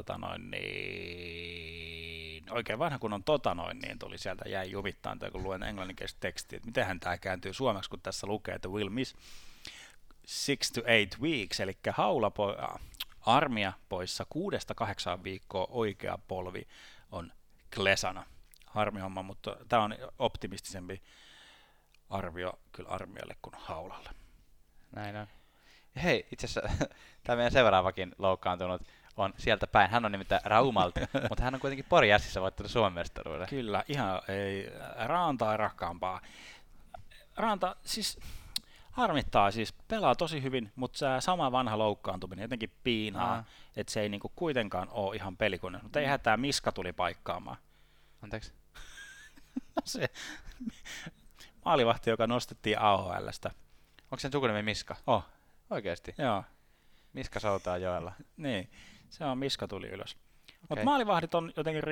oikein vanha kun on niin tuli sieltä, jäi juvittaan, kun luen englanninkielistä tekstiä, että mitenhän tämä kääntyy suomeksi, kun tässä lukee, että will miss 6 to 8 weeks, eli Armia poissa 6-8 viikkoa, oikea polvi on klesana. Harmi homma, mutta tämä on optimistisempi arvio kyllä Armialle kuin Haulalle. Näin on. Hei, itse asiassa tämä meidän seuraavakin loukkaantunut on sieltä päin. Hän on nimittäin Raumalta, mutta hän on kuitenkin Pori Ässissä voittanut Suomen mestaruuden. Kyllä, ihan ei Raantaa rakkaampaa. Raanta siis harmittaa, siis pelaa tosi hyvin, mutta se sama vanha loukkaantuminen jotenkin piinaa, että se ei niinku kuitenkaan ole ihan pelikone. Mutta ei hätää, Miska tuli paikkaamaan. Anteeksi? Se maalivahti, joka nostettiin AHL:stä. Onko sen sukunimi Miska? Oh. Oikeesti? Joo. Miska soutaa joella. Niin, se on Miska tuli ylös. Okay. Mutta maalivahdit on jotenkin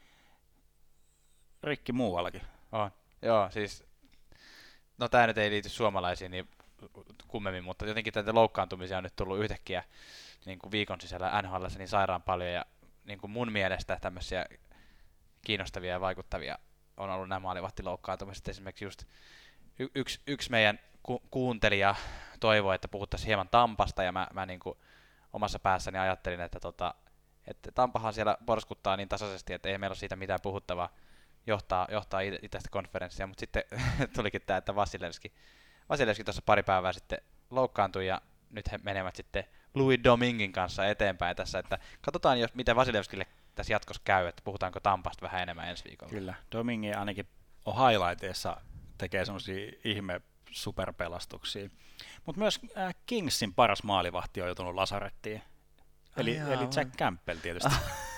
rikki muuallakin. On. Joo, siis no tää nyt ei liity suomalaisiin niin kummemmin, mutta jotenkin tätä loukkaantumisia on nyt tullut yhtäkkiä niin kuin viikon sisällä NHL:ssä niin sairaan paljon, ja niin kuin mun mielestä tämmöisiä kiinnostavia ja vaikuttavia on ollut nämä maalivahtiloukkaantumiset. Esimerkiksi just yksi meidän kuuntelija toivoi, että puhuttaisiin hieman Tampasta, ja mä niin kuin omassa päässäni ajattelin, että Tampahan siellä porskuttaa niin tasaisesti, että ei meillä ole siitä mitään puhuttavaa, johtaa itäistä konferenssia, mutta sitten tulikin tämä, että Vasilevski tuossa pari päivää sitten loukkaantui, ja nyt he menevät sitten Louis Domingin kanssa eteenpäin tässä, että katsotaan, miten Vasilevskille tässä jatkossa käy, että puhutaanko Tampasta vähän enemmän ensi viikolla. Kyllä, Domingi ainakin on highlighteissa, tekee semmoisia ihme superpelastuksia. Mutta myös Kingsin paras maalivahti on joutunut lasarettiin. Eli Jack Campbell tietysti.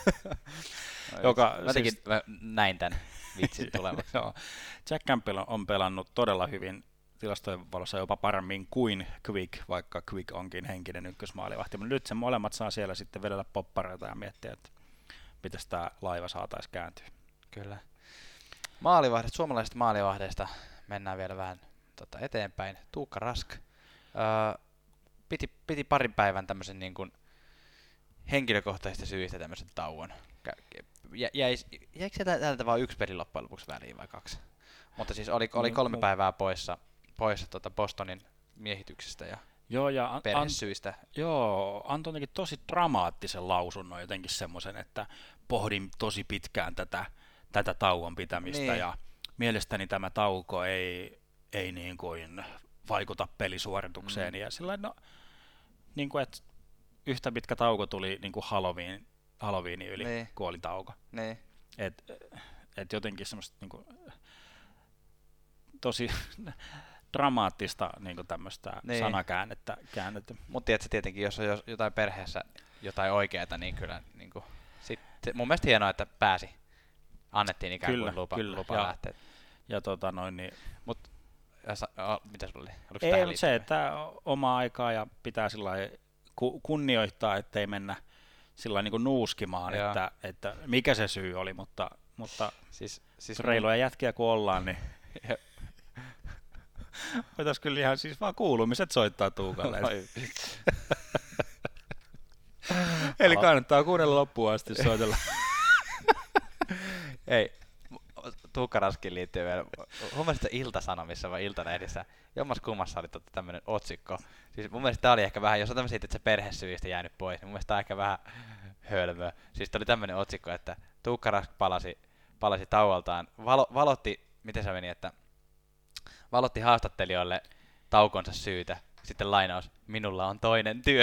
Mä näin tämän vitsin tulevan. Jack Campbell on pelannut todella hyvin, tilastojen valossa jopa paremmin kuin Quick, vaikka Quick onkin henkinen ykkösmaalivahti. Mutta nyt se molemmat saa siellä sitten vedellä poppareita ja miettiä, että miten tämä laiva saataisiin kääntyä. Kyllä. Suomalaisista maalivahdeista mennään vielä vähän eteenpäin. Tuukka Rask piti parin päivän tämmöisen niin kuin henkilökohtaisista syistä tämmöisen tauon. Jäikö se täältä vain yksi peli loppujen lopuksi väliin vai 2? Mutta siis oli 3 päivää poissa Bostonin miehityksestä ja perhesyistä. Antoi jotenkin tosi dramaattisen lausunnon, jotenkin semmoisen, että pohdin tosi pitkään tätä tauon pitämistä, niin. Ja mielestäni tämä tauko ei niin kuin vaikuta pelisuoritukseen, ja sillain, niin kuin, että yhtä pitkä tauko tuli niin kuin Halloweenin yli, niin. Kun oli tauko. Niin. Et jotenkin semmoista niin kuin, tosi dramaattista niin tämmöistä niin. Sanakäännettä. Mutta tiedätkö tietenkin, jos on jotain perheessä jotain oikeaa, niin kyllä niin kuin, mun mielestä hienoa, että annettiin ikään kuin lupa lähteä. Ja niin. Mut mitä sulla oli? Ei, mutta se, että omaa aikaa ja pitää kunnioittaa, ettei mennä sillä niin kuin nuuskimaan, että mikä se syy oli, mutta siis reiluja jätkiä kun ollaan, niin voitaisiin kyllä ihan siis vaan kuulumiset soittaa Tuukalle. Eli kannattaa kuunnella loppuun asti soitella. Ei, Tuukka Raskiin liittyen vielä. Mun mielestä Ilta-Sanomissa vai Iltalehdissä jommas kummassa oli tämmönen otsikko. Siis mun mielestä tää oli ehkä vähän, jos on tämmöisiä, että se perhesyistä jäänyt pois, niin mun mielestä tää on ehkä vähän hölmöä. Siis tää oli tämmönen otsikko, että Tuukka Rask palasi tauoltaan, valotti, miten se meni, että valotti haastattelijoille taukonsa syytä. Sitten lainaus, minulla on toinen työ.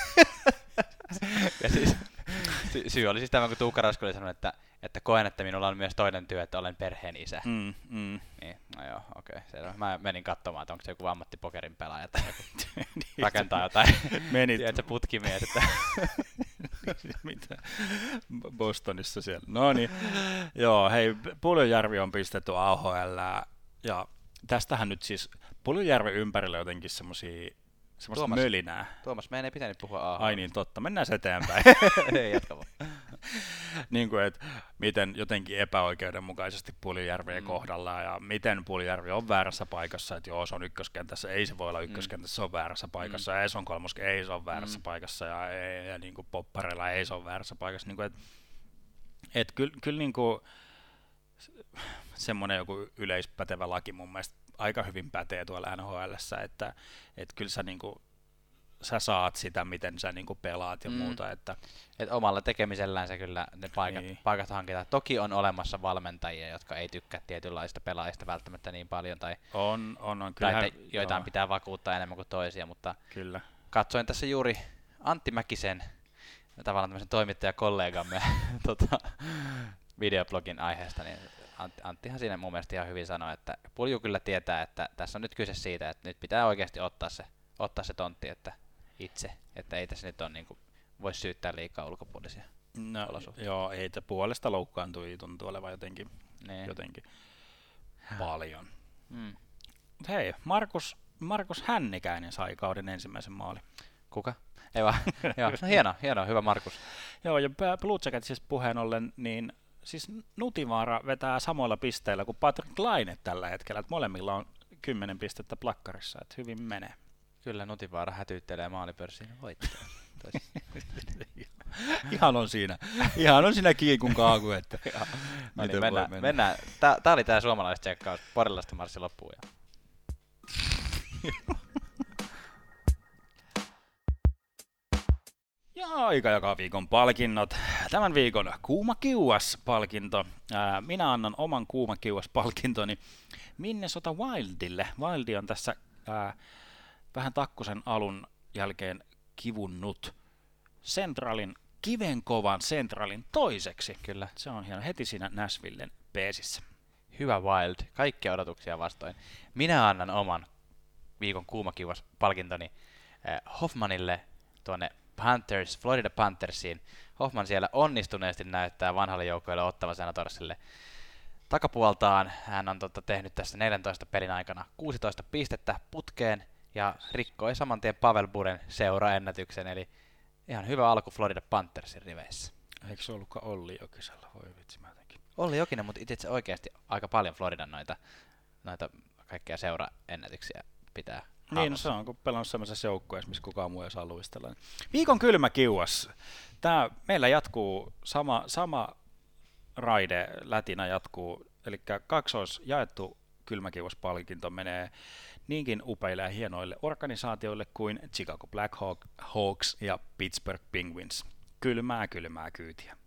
Ja siis syy oli siis tämä, kun Tuukka Rask oli sanonut, että koen, että minulla on myös toinen työ, että olen perheen isä. Niin, no joo, okei. Selvä. Mä menin katsomaan, että onko se joku ammattipokerin pelaaja tai joku rakentaa jotain. Tiedätkö, putkimies, että mitä? Bostonissa siellä. No niin. Joo, hei, Puljujärvi on pistetty AHL ja tästähän nyt siis Puljujärven ympärillä jotenkin semmoista mölinää. Tuomas, meidän ei pitänyt puhua AHL. Ai niin, totta. Mennään eteenpäin. Ei, jatka vaan. Niin kuin, että miten jotenkin epäoikeudenmukaisesti Puljujärveä kohdallaan ja miten Puljujärvi on väärässä paikassa, että joo, se on ykköskentässä, ei se voi olla ykköskentässä, se on väärässä paikassa, ja se on kolmoske, ei se on väärässä paikassa, ja niin kuin poppareilla ei se on väärässä paikassa. Niin kuin, että kyllä niin kuin semmoinen joku yleispätevä laki mun mielestä aika hyvin pätee tuolla NHL:ssä, että kyllä sä niinku sä saat sitä, miten sä niinku pelaat ja muuta. Että omalla tekemisellään se kyllä ne paikat hankitaan. Toki on olemassa valmentajia, jotka ei tykkää tietynlaista pelaajista välttämättä niin paljon, tai kyllähän, joitain pitää vakuuttaa enemmän kuin toisia, mutta kyllä. Katsoin tässä juuri Antti Mäkisen, tavallaan tämmöisen toimittajakollegamme videoblogin aiheesta, niin Anttihan siinä mun mielestä ihan hyvin sanoi, että Pulju kyllä tietää, että tässä on nyt kyse siitä, että nyt pitää oikeasti ottaa se tontti, että itse, että ei tässä nyt ole niinku, voi syyttää liikaa ulkopuolisia olosuhteita. Joo, ei puolesta loukkaantui tuntuu olevan jotenkin paljon. Mut hei, Markus Hännikäinen sai kauden ensimmäisen maalin. Kuka? Ei vaan. Joo, no hieno, hyvä Markus. Joo, ja Blue Jacketsista puheen ollen, niin siis Nutivaara vetää samoilla pisteillä kuin Patrick Laine tällä hetkellä, että molemmilla on 10 pistettä plakkarissa, että hyvin menee. Kyllä Nutivaara hätyyttelee maalipörssiin voittaa. Ihan on siinä kiikun kaaku, että no niin, mennään. Tää oli tää suomalaiset tsekkaus, Porilasta marssi loppuun. Ja aika joka viikon palkinnot. Tämän viikon Kuuma Kiuas-palkinto. Minä annan oman Kuuma Kiuas-palkintoni Minnesota Wildille. Wildi on tässä vähän takkusen alun jälkeen kivunnut kivenkovan Centralin toiseksi. Kyllä. Se on hieno heti siinä Nashvillen peesissä. Hyvä Wild, kaikkia odotuksia vastoin. Minä annan oman viikon Kuuma Kiuas-palkintoni Hoffmanille tuonne Florida Panthersiin. Hoffman siellä onnistuneesti näyttää vanhalle joukkueelle Ottawa Senatorsille takapuoltaan. Hän on tehnyt tässä 14 pelin aikana 16 pistettä putkeen ja rikkoi saman tien Pavel Buren seuraennätyksen, eli ihan hyvä alku Florida Panthersin riveissä. Eikö se ollutkaan Olli Jokisella? Voi vitsi, mä jotenkin. Olli Jokinen, mutta itse oikeasti aika paljon Floridan noita kaikkia seuraennätyksiä pitää. Niin, no se on, kun pelannut sellaisessa joukkueessa, missä kukaan muu ei saa luistella. Viikon kylmä kiuas. Tää meillä jatkuu sama raide, lätinä jatkuu, eli kaksois jaettu kylmäkiuas-palkinto menee niinkin upeille ja hienoille organisaatioille kuin Chicago Blackhawks ja Pittsburgh Penguins. Kylmää kyytiä.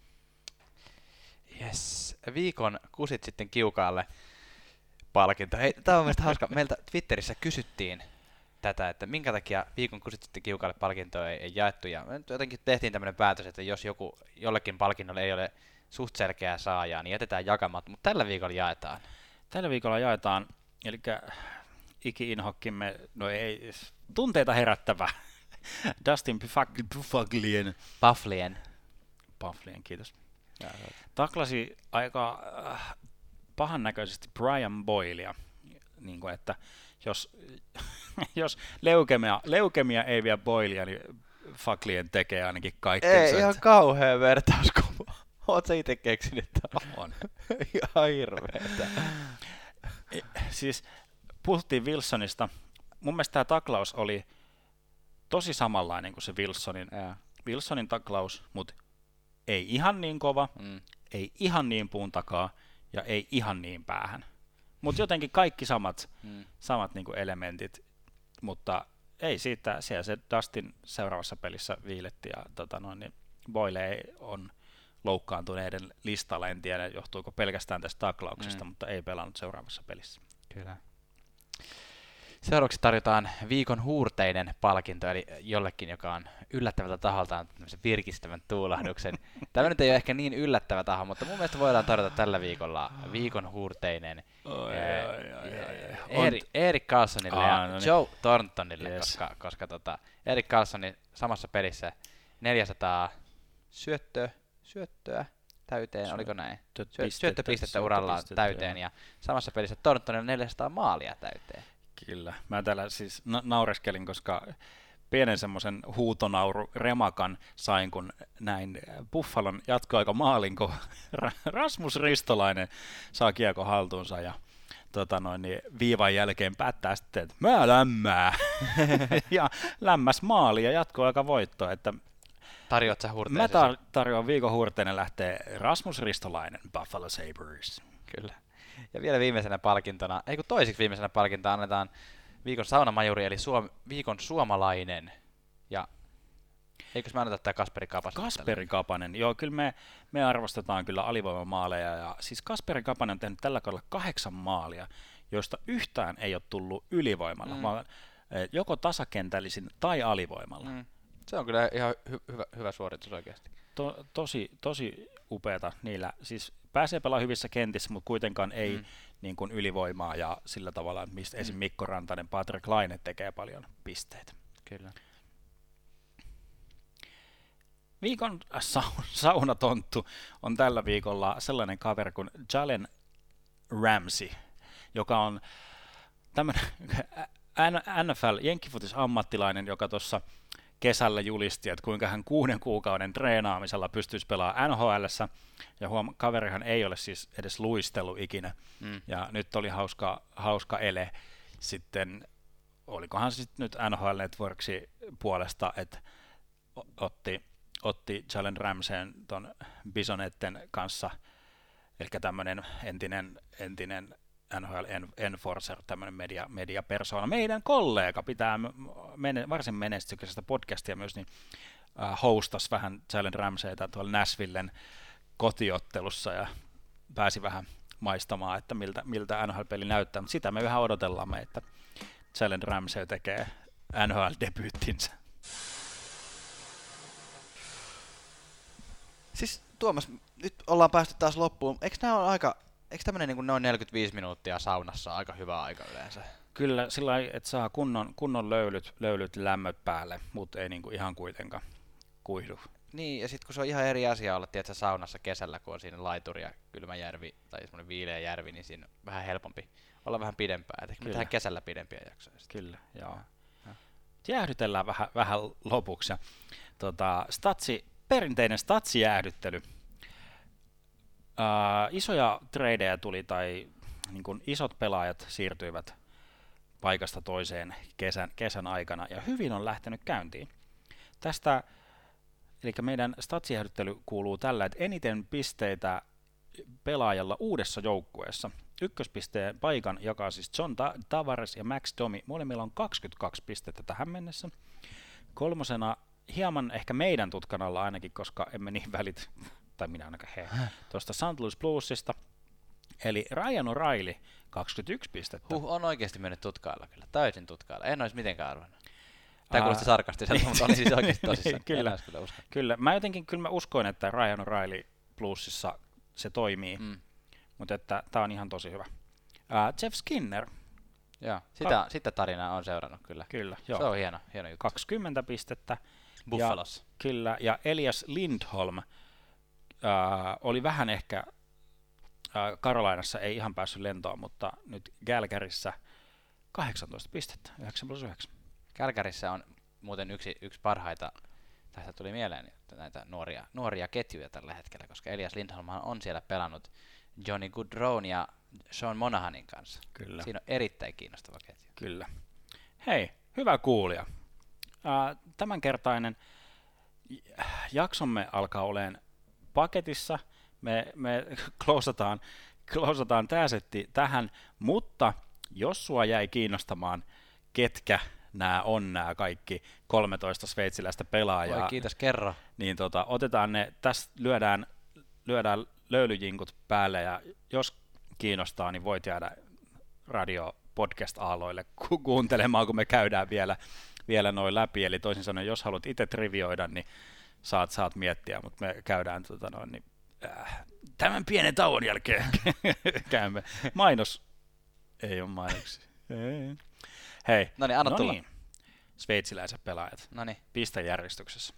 Yes. Viikon kusit sitten kiukaalle palkinto. Hei, tämä on mielestäni hauska. Meiltä Twitterissä kysyttiin tätä, että minkä takia viikon kusit sitten kiukaalle palkintoa ei jaettu. Ja jotenkin tehtiin tämmöinen päätös, että jos jollekin palkinnolle ei ole suht selkeää saajaa, niin jätetään jakamatta. Mutta tällä viikolla jaetaan. Tällä viikolla jaetaan, eli iki-inhokkimme, no ei, tunteita herättävä, Dustin Pufflien, kiitos. Taklasi aika pahannäköisesti Brian Boylea, niin kuin, että jos leukemia ei vie Boylea, niin Fucklien tekee ainakin kaikkensa. Ei, ihan kauhea vertauskuva. Oot sä ite keksinyt tämän? On. Ihan hirveetä. Siis puhuttiin Wilsonista. Mun mielestä tämä taklaus oli tosi samanlainen kuin se Wilsonin taklaus, mutta ei ihan niin kova, ei ihan niin puun takaa ja ei ihan niin päähän. Mutta jotenkin kaikki samat niinku elementit, mutta ei siitä, siellä se Dustin seuraavassa pelissä viiletti ja niin Boyle on loukkaantuneiden listalla, en tiedä johtuuko pelkästään tästä taklauksesta, mutta ei pelannut seuraavassa pelissä. Kyllä. Seuraavaksi tarjotaan viikon huurteinen palkinto, eli jollekin, joka on yllättävältä taholtaan tämmöisen virkistävän tuulahduksen. Tämä nyt ei ole ehkä niin yllättävä taho, mutta mun mielestä voidaan tarjota tällä viikolla viikon huurteinen Erik Karlssonille ja Joe Thorntonille, koska Erik Karlssonin samassa pelissä 400 syöttöä täyteen, oliko näin? Syöttöpistettä urallaan täyteen ja samassa pelissä Thorntonilla 400 maalia täyteen. Kyllä. Mä täällä siis naureskelin, koska pienen semmoisen huutonauru remakan sain, kun näin Buffalon jatkoaikamaalin, kun Rasmus Ristolainen saa kiekko haltuunsa ja viivan jälkeen päättää sitten, että mä lämmää ja lämmäs maali ja jatkoaika voitto. Että tarjoat sä huurteisen? Mä tarjoan viikon huurteinen lähtee Rasmus Ristolainen, Buffalo Sabres. Kyllä. Ja vielä viimeisenä palkintona, toisiksi viimeisenä palkintona annetaan viikon saunamajuri, eli viikon suomalainen. Ja eikös me anneta tämä Kasperi Kapanen? Kasperi Kapanen, joo, kyllä me arvostetaan kyllä alivoimamaaleja. Ja siis Kasperi Kapanen on tehnyt tällä kaudella 8 maalia, joista yhtään ei ole tullut ylivoimalla, vaan joko tasakentällisin tai alivoimalla. Se on kyllä ihan hyvä suoritus oikeasti. Tosi upeata niillä. Siis pääsee pelaamaan hyvissä kentissä, mutta kuitenkaan ei niin kuin ylivoimaa ja sillä tavalla, mistä esim. Mikko Rantanen, Patrik Laine tekee paljon pisteitä. Kyllä. Viikon saunatonttu on tällä viikolla sellainen kaveri kuin Jalen Ramsey, joka on tämmöinen NFL-jenkkifutis-ammattilainen, joka tuossa kesällä julisti, että kuinka hän 6 kuukauden treenaamisella pystyisi pelaamaan NHL:ssä, ja kaverihan ei ole siis edes luistellut ikinä, ja nyt oli hauska ele sitten, olikohan sitten nyt NHL Networksin puolesta, että otti Jalen Ramseyn ton Bisonetten kanssa, eli tämmöinen entinen NHL Enforcer, tämmöinen mediapersona. Meidän kollega pitää varsin menestyksestä podcastia myös, niin hostasi vähän Jalen Ramseytä tuolla Nashvillen kotiottelussa ja pääsi vähän maistamaan, että miltä NHL-peli näyttää, mutta sitä me vähän odotellamme, että Jalen Ramsey tekee NHL-debyyttinsä. Siis Tuomas, nyt ollaan päästy taas loppuun. Eikö tämmöinen niin kuin noin 45 minuuttia saunassa aika hyvä aika yleensä? Kyllä, sillä lailla, että saa kunnon löylyt lämmöt päälle, mutta ei niin kuin ihan kuitenkaan kuihdu. Niin, ja sitten kun se on ihan eri asia olla tietysti saunassa kesällä, kun on siinä laituri ja kylmä järvi tai semmoinen viileä järvi, niin siinä on vähän helpompi olla vähän pidempään. Ehkä me tehdään kesällä pidempiä jaksoja. Kyllä, joo. Jäähdytellään vähän lopuksi. Perinteinen statsijäähdyttely. Isoja tradeja tuli tai niin kuin isot pelaajat siirtyivät paikasta toiseen kesän aikana ja hyvin on lähtenyt käyntiin. Tästä, eli meidän statsijäähdyttely kuuluu tällä, että eniten pisteitä pelaajalla uudessa joukkueessa. Ykköspisteen paikan jakaa siis John Tavares ja Max Domi. Molemmilla on 22 pistettä tähän mennessä. Kolmosena hieman ehkä meidän tutkan alla ainakin, koska emme niin välit, tai minä ainakaan tuosta St. Louis Bluesista. Eli Ryan O'Reilly, 21 pistettä. On oikeasti mennyt tutkailla kyllä, täysin tutkailla. En olisi mitenkään arvannut. Tämä kuulosti sarkastiselta, mutta oli siis oikeasti tosissaan. Kyllä. Mä uskoin, että Ryan O'Reilly Bluesissa se toimii, mutta että tämä on ihan tosi hyvä. Jeff Skinner. Joo, sitä tarinaa on seurannut kyllä. Kyllä, joo. Se on hieno juttu. 20 pistettä. Buffalossa. Kyllä, ja Elias Lindholm oli vähän ehkä Carolinassa ei ihan päässyt lentoon, mutta nyt Calgaryssä 18 pistettä, 9+9. Calgaryssä on muuten yksi parhaita, tästä tuli mieleen näitä nuoria ketjuja tällä hetkellä, koska Elias Lindholm on siellä pelannut Johnny Gaudreaun ja Sean Monahanin kanssa. Kyllä. Siinä on erittäin kiinnostava ketju. Kyllä. Hei, hyvä kuulija. Tämänkertainen jaksomme alkaa olemaan paketissa. Me closataan Klausataan tää setti tähän, mutta jos sua jäi kiinnostamaan, ketkä nämä kaikki 13 sveitsiläistä pelaajaa. Oi, kiitos, kerro. Niin otetaan ne, tässä lyödään löylyjinkut päälle, ja jos kiinnostaa, niin voit jäädä radio-podcast-aaloille kuuntelemaan, kun me käydään vielä noin läpi. Eli toisin sanoen, jos haluat itse trivioida, niin saat miettiä, mutta me käydään tämän pienen tauon jälkeen käymme. Mainos. Ei ole mainoksia. Hei. Noniin, anna tulla. Sveitsiläiset pelaajat. Noniin. Pistejärjestyksessä.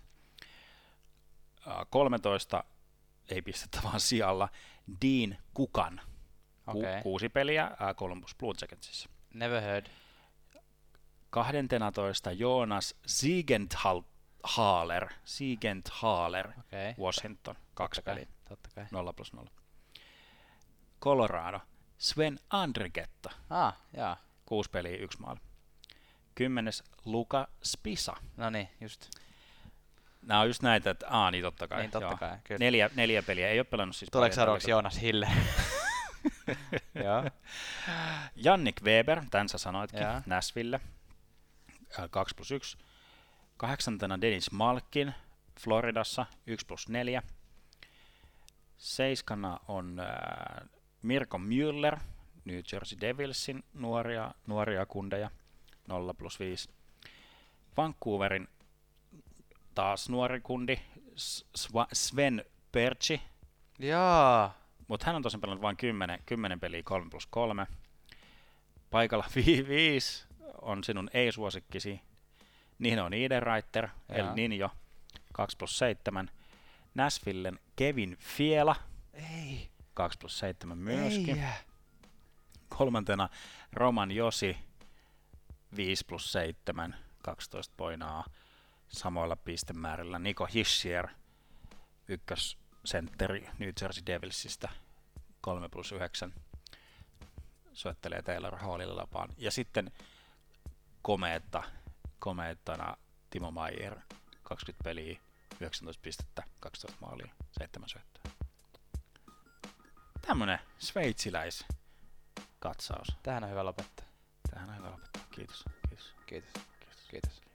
13 ei pistettä vaan sijalla. Dean Kukan. Okay. 6 peliä Columbus Blue Jacketsissa. Never heard. 12 Jonas Siegenthaler. Okay. Washington. 2 peliä. Totta kai. 0+0. Colorado. Sven Andrigetta. Jaa. 6 peliä, 1 maali. 10. Luka Spisa. No niin, just. Nämä on just näitä, että niin totta kai. Niin totta kai, kyllä. 4 peliä, ei ole pelannut siis. Tuleeko seuraavaksi Joonas Hille? Joo. Jannik Weber, tämän sä sanoitkin, Jaa. Nashville. 2+1. 8. Dennis Malkin, Floridassa, 1+4. 7. on Mirko Müller, New Jersey Devilsin nuoria kundeja, 0+5. Vancouverin taas nuori kundi, Sven Perchi. Jaa. Mutta hän on tosin pelannut vain 10 peliä, 3+3. Paikalla 5 on sinun ei-suosikkisi. Nino Niederreiter, El Niño, 2+7. Nashvillen Kevin Fiala, Ei. 2+7 myöskin. Ei. 3. Roman Josi, 5+7, 12 poinaa samoilla pistemäärillä. Nico Hischier, ykkössentteri New Jersey Devilsistä, 3+9, syöttelee Taylor Hallille lapaan. Ja sitten komeettana Timo Meier, 20 peliä, 19 pistettä, 12 maalia, 7 syöttöä. Tämmönen sveitsiläiskatsaus. Tähän on hyvä lopettaa. Kiitos. Kiitos.